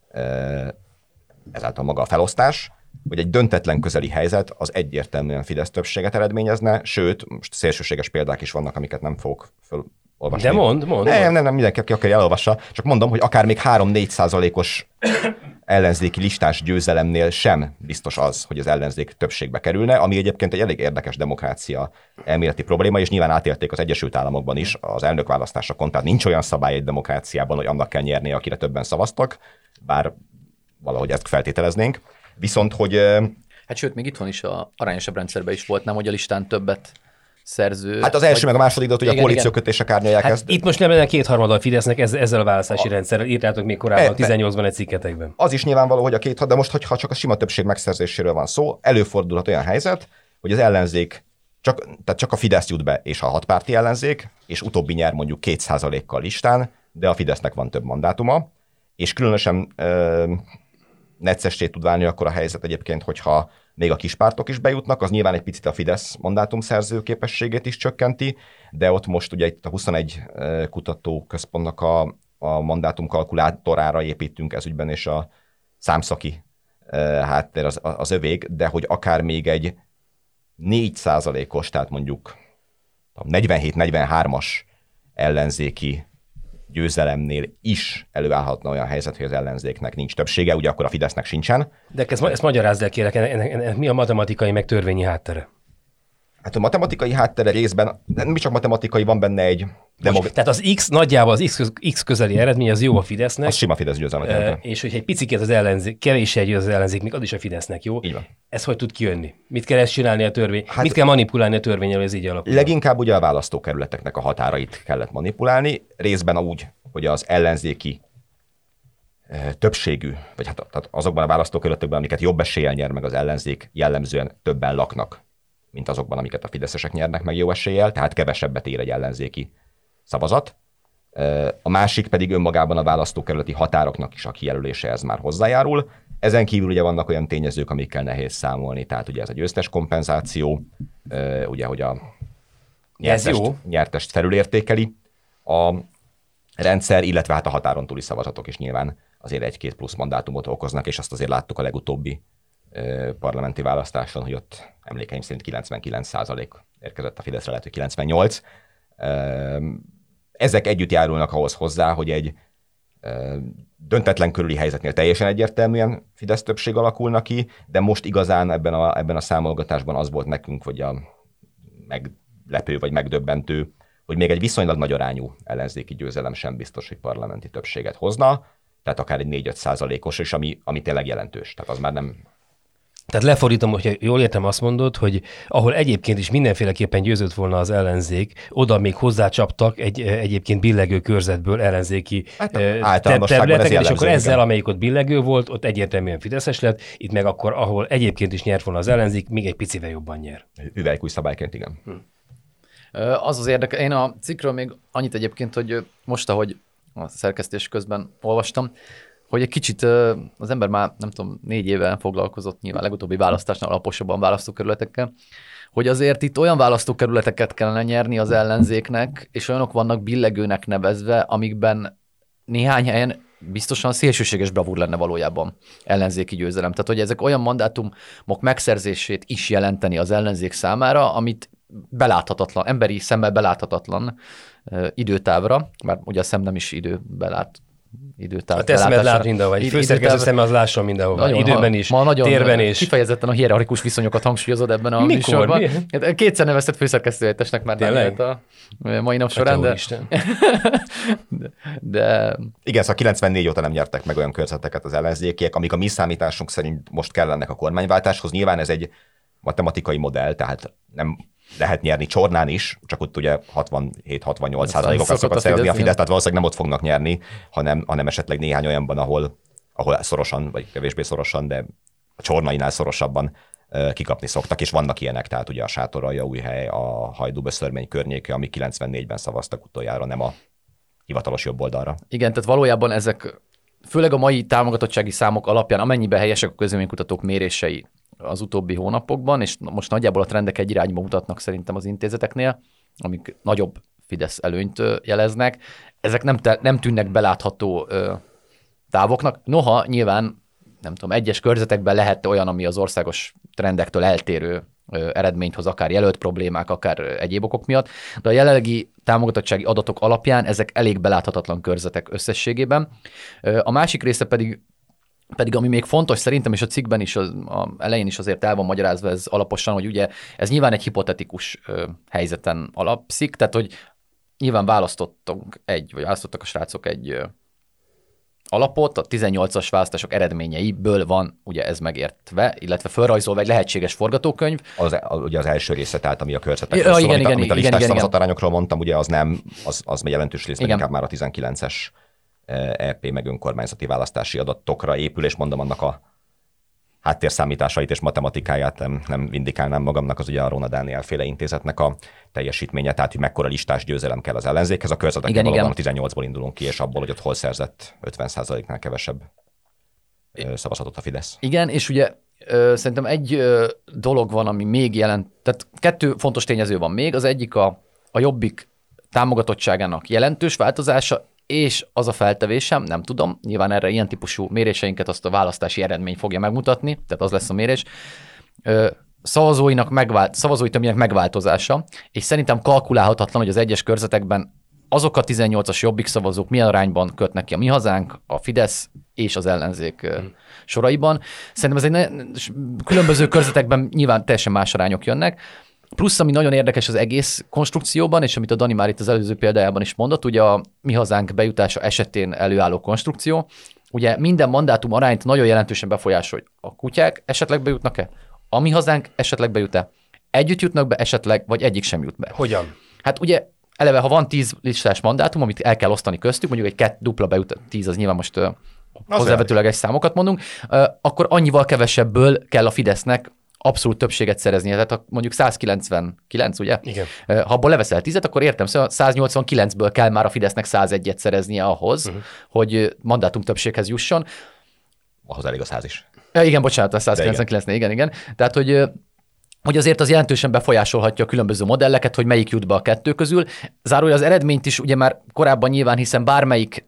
ezáltal maga a felosztás, hogy egy döntetlen közeli helyzet az egyértelműen Fidesz többséget eredményezne, sőt, most szélsőséges példák is vannak, amiket nem fogok fölolvasni. De mondd. Nem, mindenki, aki elolvassa, csak mondom, hogy akár még 3-4%-os ellenzéki listás győzelemnél sem biztos az, hogy az ellenzék többségbe kerülne, ami egyébként egy elég érdekes demokrácia elméleti probléma, és nyilván átélték az Egyesült Államokban is az elnökválasztásokon, tehát nincs olyan szabály egy demokráciában, hogy annak kell nyernie, akire többen szavaztak, bár valahogy ezt feltételeznénk. Viszont, hogy... Hát sőt, még itthon is a arányosabb rendszerben is volt, nem, hogy a listán többet szerző... Hát az első meg a második, hogy a koalíciókötések árnyalják ezt. Itt most nem lenne kétharmad a Fidesznek ezzel a választási rendszerrel. Írtátok még korábban 18-ban egy cikketekben. Az is nyilvánvaló, hogy a kétharmad, de most, ha csak a sima többség megszerzéséről van szó, előfordulhat olyan helyzet, hogy az ellenzék, csak a Fidesz jut be, és a hatpárti ellenzék, és utóbbi nyer mondjuk 2%-kal listán, de a Fidesznek van több mandátuma, és különösen neccessé tud válni akkor a helyzet egyébként, hogyha még a kispártok is bejutnak, az nyilván egy picit a Fidesz mandátumszerző képességét is csökkenti, de ott most ugye itt a 21 kutatóközpontnak a mandátumkalkulátorára építünk ezügyben, és a számszaki háttér az övék, de hogy akár még egy 4%-os, tehát mondjuk 47-43-as ellenzéki győzelemnél is előállhatna olyan helyzet, hogy az ellenzéknek nincs többsége, ugye akkor a Fidesznek sincsen. De ezt magyarázd el, kérlek, ennek mi a matematikai meg törvényi háttere? Hát a matematikai háttere részben, nem csak matematikai, van benne egy... Tehát az X, nagyjából az X közeli eredmény, az jó a Fidesznek. Az sima Fidesz győzelmet. És hogyha egy picikét az ellenzék, kevéssel győz az ellenzék, még az is a Fidesznek jó. Így van. Ez hogy tud kijönni? Mit kell ezt csinálni a törvény? Hát mit kell manipulálni a törvényel, hogy ez így alakul? Leginkább ugye a választókerületeknek a határait kellett manipulálni, részben úgy, hogy az ellenzéki többségű, vagy tehát azokban a választókerületekben, amiket jobb eséllyel nyer meg az ellenzék, jellemzően többen laknak, mint azokban, amiket a fideszesek nyernek meg jó eséllyel, tehát kevesebbet ér egy ellenzéki szavazat. A másik pedig önmagában a választókerületi határoknak is a kijelölésehez már hozzájárul. Ezen kívül ugye vannak olyan tényezők, amikkel nehéz számolni, tehát ugye ez a győztes kompenzáció, ugye, hogy a nyertest felülértékeli a rendszer, illetve hát a határon túli szavazatok is nyilván azért 1-2 plusz mandátumot okoznak, és azt azért láttuk a legutóbbi parlamenti választáson, hogy ott emlékeim szerint 99% érkezett a Fideszre, lehet, hogy 98%. Ezek együtt járulnak ahhoz hozzá, hogy egy döntetlen körüli helyzetnél teljesen egyértelműen Fidesz többség alakulna ki, de most igazán ebben a számolgatásban az volt nekünk, vagy a meglepő vagy megdöbbentő, hogy még egy viszonylag nagy arányú ellenzéki győzelem sem biztos, hogy parlamenti többséget hozna, tehát akár egy 4-5%-os is, ami tényleg jelentős. Tehát az már nem... Tehát lefordítom, hogyha jól értem, azt mondod, hogy ahol egyébként is mindenféleképpen győzött volna az ellenzék, oda még hozzácsaptak egy egyébként billegő körzetből ellenzéki területeket, és akkor ezzel, amelyik ott billegő volt, ott egyértelműen fideszes lett, itt meg akkor, ahol egyébként is nyert volna az ellenzék, még egy picivel jobban nyer. Üvelykúj szabályként, igen. Az érdekes, én a cikkről még annyit egyébként, hogy most, ahogy a szerkesztés közben olvastam, hogy egy kicsit az ember már, nem tudom, 4 éve foglalkozott nyilván legutóbbi választásnál alaposabban választókerületekkel, hogy azért itt olyan választókerületeket kellene nyerni az ellenzéknek, és olyanok vannak billegőnek nevezve, amikben néhány helyen biztosan szélsőséges bravúr lenne valójában ellenzéki győzelem. Tehát, hogy ezek olyan mandátumok megszerzését is jelenteni az ellenzék számára, amit beláthatatlan, emberi szemmel beláthatatlan időtávra, bár ugye a szem nem is időtáv. A te szemed lát mindenhol, vagy főszerkesztő szeme az lásson mindenhol. Időben is, térben is. Kifejezetten a hierarchikus viszonyokat hangsúlyozod ebben a műsorban. Kétszer nevezted főszerkesztőhelyettesnek már nem a mai nap során, de... Igen, szóval 94 óta nem nyertek meg olyan körzeteket az ellenzékiek, amik a mi számításunk szerint most kellenek a kormányváltáshoz. Nyilván ez egy matematikai modell, tehát nem lehet nyerni Csornán is, csak ott ugye 67-68%-okat szokott szerezni a Fidesz, tehát valószínűleg nem ott fognak nyerni, hanem esetleg néhány olyanban, ahol szorosan, vagy kevésbé szorosan, de a Csornainál szorosabban kikapni szoktak, és vannak ilyenek, tehát ugye a Sátoraljaújhely, a Hajdú-Beszörmény környéke, ami 94-ben szavaztak utoljára, nem a hivatalos jobb oldalra. Igen, tehát valójában ezek, főleg a mai támogatottsági számok alapján, amennyiben helyesek a közvéleménykutatók mérései, az utóbbi hónapokban, és most nagyjából a trendek egy irányba mutatnak szerintem az intézeteknél, amik nagyobb Fidesz előnyt jeleznek. Ezek nem tűnnek belátható távoknak. Noha nyilván, nem tudom, egyes körzetekben lehet olyan, ami az országos trendektől eltérő eredményt hoz, akár jelölt problémák, akár egyéb okok miatt, de a jelenlegi támogatottsági adatok alapján ezek elég beláthatatlan körzetek összességében. A másik része pedig ami még fontos szerintem, és a cikkben is, az elején is azért el van magyarázva ez alaposan, hogy ugye ez nyilván egy hipotetikus helyzeten alapszik, tehát hogy nyilván választottak a srácok egy alapot, a 18-as választások eredményeiből van ugye ez megértve, illetve felrajzolva egy lehetséges forgatókönyv. Ugye az első része, tehát ami a körzetekről szól, amit a listás szavazatarányokról mondtam, ugye az jelentős részben inkább már a 19-es EP meg önkormányzati választási adatokra épül, és mondom annak a háttérszámításait és matematikáját nem vindikálnám magamnak, az ugye a Róna Dániel féle intézetnek a teljesítménye, tehát hogy mekkora listás győzelem kell az ellenzékhez. A körzetekben valóban a 18-ból indulunk ki, és abból, hogy ott hol szerzett 50%-nál kevesebb szavazatot a Fidesz. Igen, és ugye szerintem egy dolog van, ami még jelent, tehát 2 fontos tényező van még, az egyik a Jobbik támogatottságának jelentős változása, és az a feltevésem, nem tudom, nyilván erre ilyen típusú méréseinket azt a választási eredmény fogja megmutatni, tehát az lesz a mérés, szavazói tömegének megváltozása, és szerintem kalkulálhatatlan, hogy az egyes körzetekben azok a 18-as Jobbik szavazók milyen arányban kötnek ki a Mi Hazánk, a Fidesz és az ellenzék soraiban. Szerintem ez egy különböző körzetekben nyilván teljesen más arányok jönnek. Plusz, ami nagyon érdekes az egész konstrukcióban, és amit a Dani már itt az előző példájában is mondott, ugye a Mi Hazánk bejutása esetén előálló konstrukció, ugye minden mandátum arányt nagyon jelentősen befolyásol, hogy a kutyák esetleg bejutnak-e, a Mi Hazánk esetleg bejut-e, együtt jutnak be esetleg, vagy egyik sem jut be. Hogyan? Hát ugye eleve, ha van 10 listás mandátum, amit el kell osztani köztük, mondjuk egy dupla bejut, 10 az nyilván most hozzávetőleges számokat mondunk, akkor annyival kevesebből kell a Fidesznek abszolút többséget szereznie, tehát mondjuk 199, ugye? Igen. Ha abból leveszel 10-et, akkor értem, szóval 189-ből kell már a Fidesznek 101-et szereznie ahhoz, hogy mandátum többséghez jusson. Ahhoz elég a 100 is. Igen, bocsánat, a 199-nél, igen. Tehát, hogy azért az jelentősen befolyásolhatja a különböző modelleket, hogy melyik jut be a 2 közül. Zárójel az eredményt is ugye már korábban nyilván, hiszen bármelyik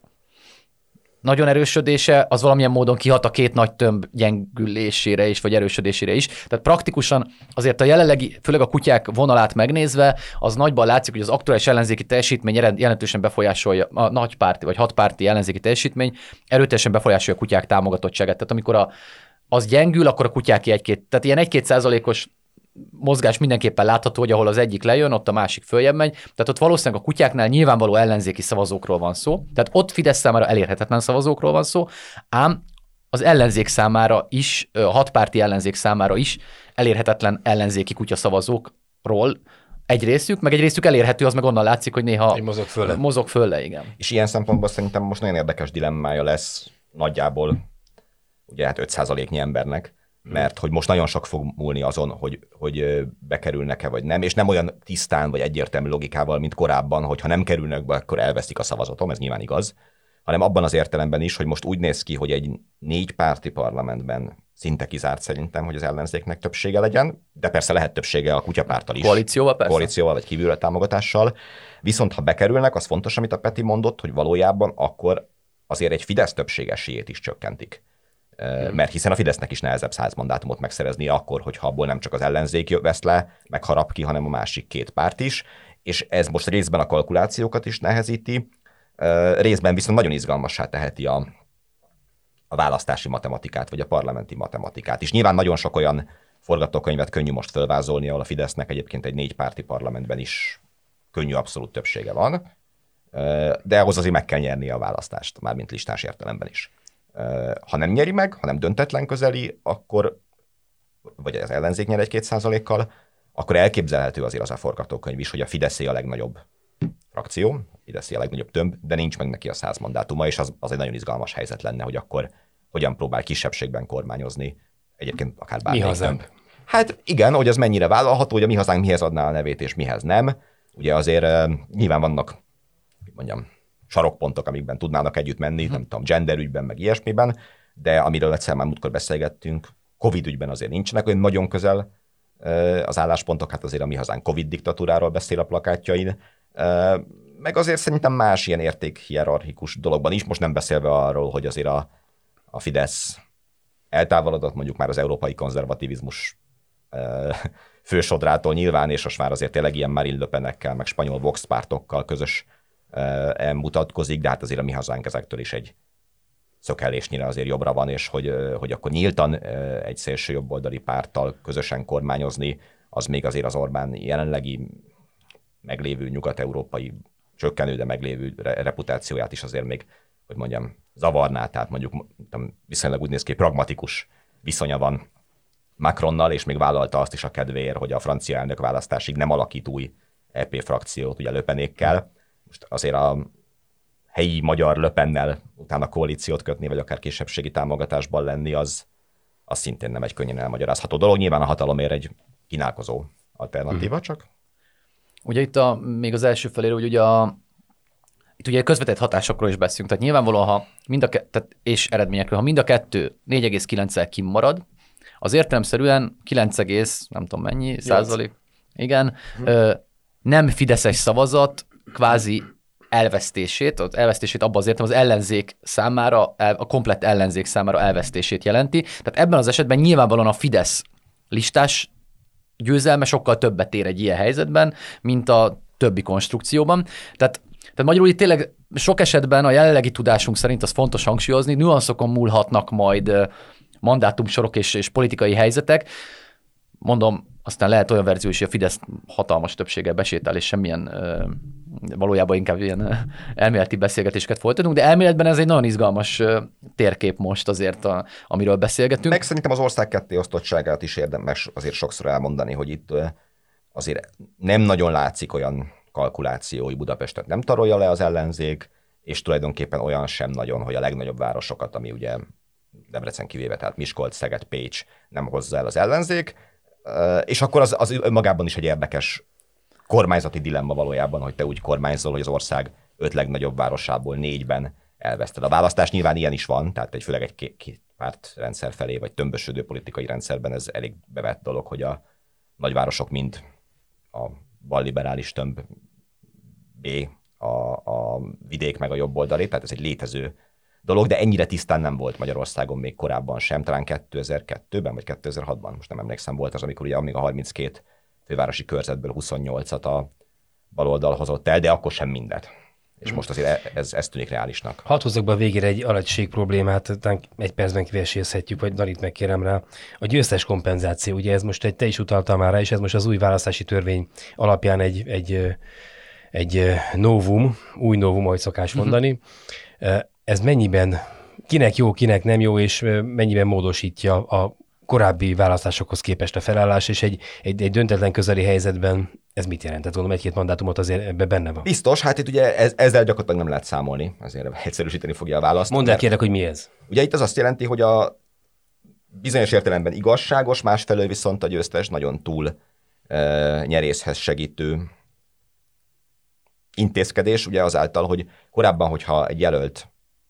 nagyon erősödése, az valamilyen módon kihat a 2 nagy tömb gyengülésére is, vagy erősödésére is. Tehát praktikusan azért a jelenlegi, főleg a kutyák vonalát megnézve, az nagyban látszik, hogy az aktuális ellenzéki teljesítmény jelentősen befolyásolja a nagypárti vagy hatpárti ellenzéki teljesítmény, erőteljesen befolyásolja a kutyák támogatottságát. Tehát amikor az gyengül, akkor a kutyáki 1-2, tehát ilyen 1-2%-os mozgás mindenképpen látható, hogy ahol az egyik lejön, ott a másik följebb megy. Tehát ott valószínűleg a kutyáknál nyilvánvaló ellenzéki szavazókról van szó. Tehát ott Fidesz számára elérhetetlen szavazókról van szó, ám az ellenzék számára is, a hatpárti ellenzék számára is elérhetetlen ellenzéki kutyaszavazókról egy részük, meg egy részük elérhető, az meg onnan látszik, hogy néha mozog fölle, igen. És ilyen szempontból szerintem most nagyon érdekes dilemmája lesz nagyjából ugye hát 5%-nyi embernek, mert hogy most nagyon sok fog múlni azon, hogy bekerülnek-e vagy nem, és nem olyan tisztán vagy egyértelmű logikával, mint korábban, hogy ha nem kerülnek be, akkor elvesztik a szavazatom, ez nyilván igaz, hanem abban az értelemben is, hogy most úgy néz ki, hogy egy 4 párti parlamentben szinte kizárt szerintem, hogy az ellenzéknek többsége legyen, de persze lehet többsége a kutyapárttal is. Koalícióval persze. Koalícióval vagy kívülre támogatással. Viszont ha bekerülnek, az fontos, amit a Peti mondott, hogy valójában akkor azért egy Fidesz többség esélyét is csökkentik. Mert hiszen a Fidesznek is nehezebb 100 mandátumot megszerezni akkor, hogyha abból nem csak az ellenzék vesz le, meg harap ki, hanem a másik 2 párt is, és ez most részben a kalkulációkat is nehezíti, részben viszont nagyon izgalmassá teheti a választási matematikát, vagy a parlamenti matematikát is. Nyilván nagyon sok olyan forgatókönyvet könnyű most felvázolni, ahol a Fidesznek egyébként egy 4 párti parlamentben is könnyű abszolút többsége van, de ahhoz azért meg kell nyernie a választást, mármint listás értelemben is. Ha nem nyeri meg, ha nem döntetlen közeli, akkor, vagy az ellenzék nyer 1-2%-kal, akkor elképzelhető azért az a forgatókönyv is, hogy a Fideszé a legnagyobb frakció, Fideszé a legnagyobb tömb, de nincs meg neki a 100 mandátuma, és az egy nagyon izgalmas helyzet lenne, hogy akkor hogyan próbál kisebbségben kormányozni, egyébként akár bármelyik tömb. Hát igen, hogy az mennyire vállalható, hogy a Mi Hazánk mihez adná a nevét, és mihez nem. Ugye azért nyilván vannak, hogy mondjam, sarokpontok, amikben tudnának együtt menni, nem tudom, genderügyben, meg ilyesmiben, de amiről egyszer már múltkor beszélgettünk, Covid ügyben azért nincsenek olyan nagyon közel az álláspontok, hát azért a Mi Hazánk Covid diktatúráról beszél a plakátjain, meg azért szerintem más ilyen értékhierarchikus dologban is, most nem beszélve arról, hogy azért a Fidesz eltávolodott mondjuk már az európai konzervativizmus fősodrától nyilván, és most már azért tényleg ilyen Marine Le Penekkel, meg spanyol Vox pártokkal közös mutatkozik, de hát azért a Mi Hazánk ezektől is egy szökelésnyire azért jobbra van, és hogy akkor nyíltan egy szélső jobboldali párttal közösen kormányozni, az még azért az Orbán jelenlegi meglévő nyugat-európai csökkenő, de meglévő reputációját is azért még, hogy mondjam, zavarná, tehát mondjuk viszonylag úgy néz ki, pragmatikus viszonya van Macronnal, és még vállalta azt is a kedvéért, hogy a francia elnök választásig nem alakít új EP frakciót, ugye Le Penékkel. Most azért a helyi magyar Le Pennel utána koalíciót kötni, vagy akár kisebbségi támogatásban lenni, az szintén nem egy könnyen elmagyarázható dolog. Nyilván a hatalomért egy kínálkozó alternatíva, csak. Ugye itt még az első felére, hogy ugye itt ugye közvetett hatásokról is beszélünk, tehát nyilvánvalóan, ha és eredményekről, ha mind a kettő 4,9-el kimarad, az értelemszerűen 9, nem tudom mennyi, százalék, igen, nem fideszes szavazat kvázi elvesztését abban az értem az ellenzék számára, a komplett ellenzék számára elvesztését jelenti. Tehát ebben az esetben nyilvánvalóan a Fidesz listás győzelme sokkal többet ér egy ilyen helyzetben, mint a többi konstrukcióban. Tehát magyarul itt tényleg sok esetben a jelenlegi tudásunk szerint az fontos hangsúlyozni, nüanszokon múlhatnak majd mandátumsorok és politikai helyzetek. Mondom, aztán lehet olyan verzió is, hogy a Fidesz hatalmas többséggel besétál, és semmilyen valójában inkább ilyen elméleti beszélgetéseket folytatunk, de elméletben ez egy nagyon izgalmas térkép most azért, amiről beszélgetünk. Meg szerintem az ország kettéosztottságát is érdemes azért sokszor elmondani, hogy itt azért nem nagyon látszik olyan kalkuláció, hogy Budapestet nem tarolja le az ellenzék, és tulajdonképpen olyan sem nagyon, hogy a legnagyobb városokat, ami ugye Debrecen kivéve, tehát Miskolc, Szeged, Pécs nem hozza el az ellenzék, és akkor az önmagában is egy érdekes kormányzati dilemma valójában, hogy te úgy kormányzol, hogy az ország 5 legnagyobb városából 4-ben elveszted a választást. Nyilván ilyen is van, tehát főleg egy két pártrendszer felé, vagy tömbösödő politikai rendszerben ez elég bevett dolog, hogy a nagyvárosok mind a balliberális tömb B, a vidék meg a jobb oldalé, tehát ez egy létező dolog, de ennyire tisztán nem volt Magyarországon még korábban sem, talán 2002-ben vagy 2006-ban, most nem emlékszem, volt az, amikor ugye amíg a 32 fővárosi körzetből 28-at a baloldal hozott el, de akkor sem mindet. És most azért ez tűnik reálisnak. Hadd hozzak be a végére egy alattség problémát, egy percben kivesézhetjük, vagy Dalit megkérem rá. A győztes kompenzáció, ugye ez most te is utaltál már rá, és ez most az új választási törvény alapján egy novum, új novum, ahogy szokás mondani. Ez mennyiben, kinek jó, kinek nem jó, és mennyiben módosítja a korábbi választásokhoz képest a felállás, és egy döntetlen közeli helyzetben ez mit jelent? Tehát gondolom, 1-2 mandátumot azért ebben benne van. Biztos, hát itt ugye ezzel gyakorlatilag nem lehet számolni, azért egyszerűsíteni fogja a választ. Mondd el kérlek, hogy mi ez? Ugye itt az azt jelenti, hogy a bizonyos értelemben igazságos, másfelől viszont a győztes nagyon túl nyerészhez segítő intézkedés, ugye azáltal, hogy korábban, hogyha egy jelölt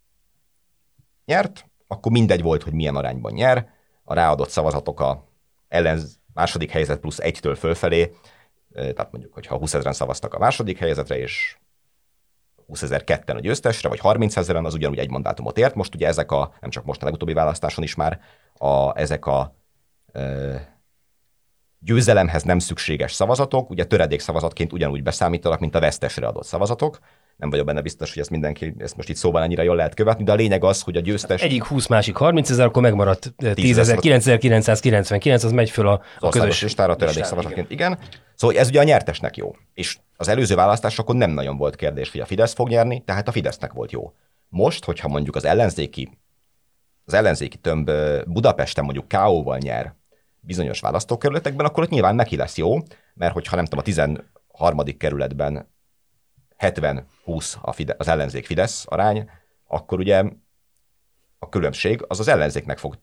nyert, akkor mindegy volt, hogy milyen arányban nyer, a ráadott szavazatok a második helyzet plusz 1-től fölfelé, tehát mondjuk, hogyha 20 000-en szavaztak a második helyzetre, és 20 200 a győztesre, vagy 30 000-en, az ugyanúgy egy mandátumot ért. Most ugye ezek nem csak most a legutóbbi választáson is már, ezek a győzelemhez nem szükséges szavazatok, ugye töredék szavazatként ugyanúgy beszámítanak, mint a vesztesre adott szavazatok. Nem vagyok benne biztos, hogy ezt most itt szóban annyira jól lehet követni, de a lényeg az, hogy a győztes... Egyik 20, másik 30 000, akkor megmaradt 10 999, az megy föl a közös listára töredék szavazatként. Igen. Szóval ez ugye a nyertesnek jó. És az előző választásokon nem nagyon volt kérdés, hogy a Fidesz fog nyerni, tehát a Fidesznek volt jó. Most, hogyha mondjuk az ellenzéki tömb Budapesten mondjuk KO-val nyer bizonyos választókerületekben, akkor ott nyilván neki lesz jó, mert hogyha nem tudom, a 13. kerületben 70-20 az ellenzék Fidesz arány, akkor ugye a különbség az ellenzéknek fog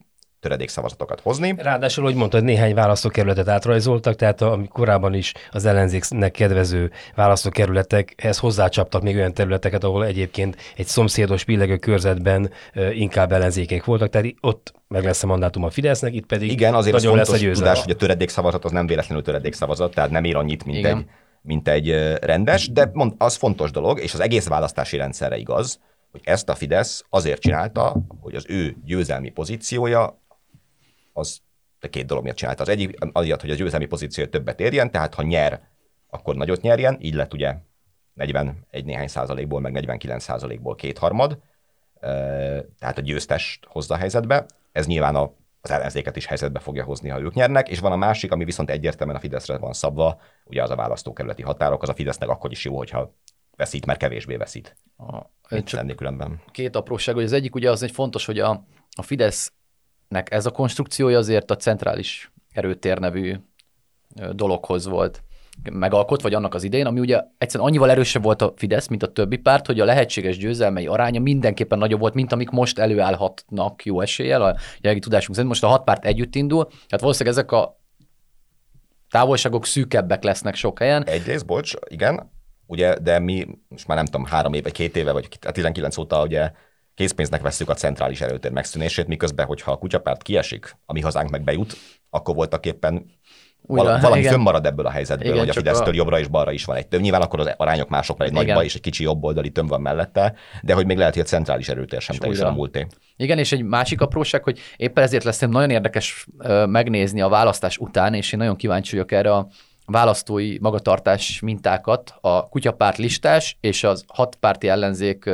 töredékszavazatokat hozni. Ráadásul, hogy mondtad, néhány választókerületet átrajzoltak, tehát ami korábban is az ellenzéknek kedvező választókerületekhez hozzácsaptak még olyan területeket, ahol egyébként egy szomszédos pillegő körzetben inkább ellenzékek voltak, tehát ott meg lesz a mandátum a Fidesznek, itt pedig igen, azért az nagyon lesz a fontos győzelem. tudás, hogy a töredékszavazat az nem véletlenül töredékszavazat, tehát nem ér annyit, mint egy rendes, de az fontos dolog, és az egész választási rendszerre igaz, hogy ezt a Fidesz azért csinálta, hogy az ő győzelmi pozíciója, az két dolog miatt csinálta. Az egyik azért, hogy a győzelmi pozíciója többet érjen, tehát ha nyer, akkor nagyot nyerjen, így lett ugye 41 néhány százalékból, meg 49%-ból kétharmad, tehát a győztest hozza a helyzetbe. Ez nyilván az ellenzéket is helyzetbe fogja hozni, ha ők nyernek, és van a másik, ami viszont egyértelműen a Fideszre van szabva, ugye az a választókerületi határok, az a Fidesznek akkor is jó, hogyha veszít, mert kevésbé veszít. Csak különben. Két apróság, hogy az egyik ugye az egy fontos, hogy a Fidesznek ez a konstrukciója azért a centrális erőtér nevű dologhoz volt megalkot, vagy annak az idején, ami ugye egyszerűen annyival erősebb volt a Fidesz, mint a többi párt, hogy a lehetséges győzelmei aránya mindenképpen nagyobb volt, mint amik most előállhatnak jó eséllyel, a jelenlegi tudásunk szerint. Most a 6 párt együtt indul, tehát valószínűleg ezek a távolságok szűkebbek lesznek sok helyen. Egyrészt, bocs, igen, ugye, de mi most már nem tudom, 3 éve, 2 éve, vagy 19 óta ugye készpénznek vesszük a centrális erőtér megszűnését, miközben, hogyha a kutyapárt kiesik, a Mi Hazánk meg bejut, akkor voltaképpen valami fönnmarad ebből a helyzetből, igen, hogy a Fidesztől jobbra és balra is van egy több. Nyilván akkor az arányok mások, mert egy nagyba és egy kicsi jobboldali tömb van mellette, de hogy még lehet, hogy a centrális erőtér sem teljesen a múlté. Igen, és egy másik apróság, hogy éppen ezért lesz nagyon érdekes megnézni a választás után, és én nagyon kíváncsi vagyok erre a választói magatartás mintákat a kutyapárt listás és az 6 párti ellenzék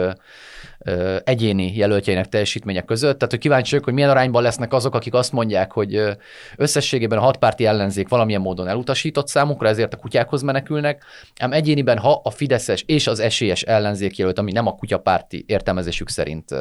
egyéni jelöltjeinek teljesítmények között. Tehát, hogy kíváncsi vagyok, hogy milyen arányban lesznek azok, akik azt mondják, hogy összességében a 6 párti ellenzék valamilyen módon elutasított számukra, ezért a kutyákhoz menekülnek, ám egyéniben, ha a fideszes és az esélyes ellenzék jelölt, ami nem a kutyapárti értelmezésük szerint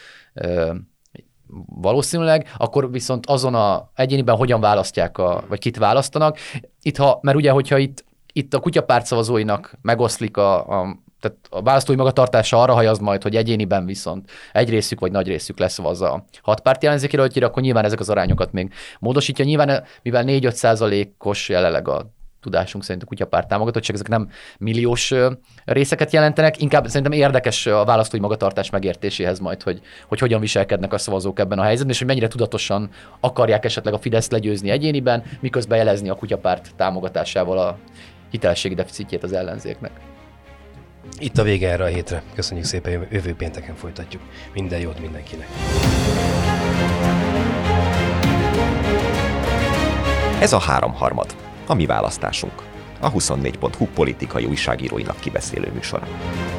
valószínűleg, akkor viszont azon a egyéniben hogyan választják, vagy kit választanak. Mert ugye, hogyha itt a kutyapárt szavazóinak megoszlik tehát a választói magatartása arra hajaz majd, hogy egyéniben viszont egy részük vagy nagy részük leszavazza a 6 párti ellenzék jelöltjére, akkor nyilván ezek az arányokat még módosítja. Nyilván, mivel 4-5%-os jelenleg a tudásunk szerint a kutyapárt támogatottság, ezek nem milliós részeket jelentenek, inkább szerintem érdekes a választói magatartás megértéséhez majd, hogy hogyan viselkednek a szavazók ebben a helyzetben, és hogy mennyire tudatosan akarják esetleg a Fideszt legyőzni egyéniben, miközben jelezni a kutyapárt támogatásával a hitelességi deficitjét az ellenzéknek. Itt a vége erre a hétre. Köszönjük szépen, jövő pénteken folytatjuk. Minden jót mindenkinek! Ez a 3/3, a mi választásunk. A 24.hu politikai újságíróinak kibeszélő műsora.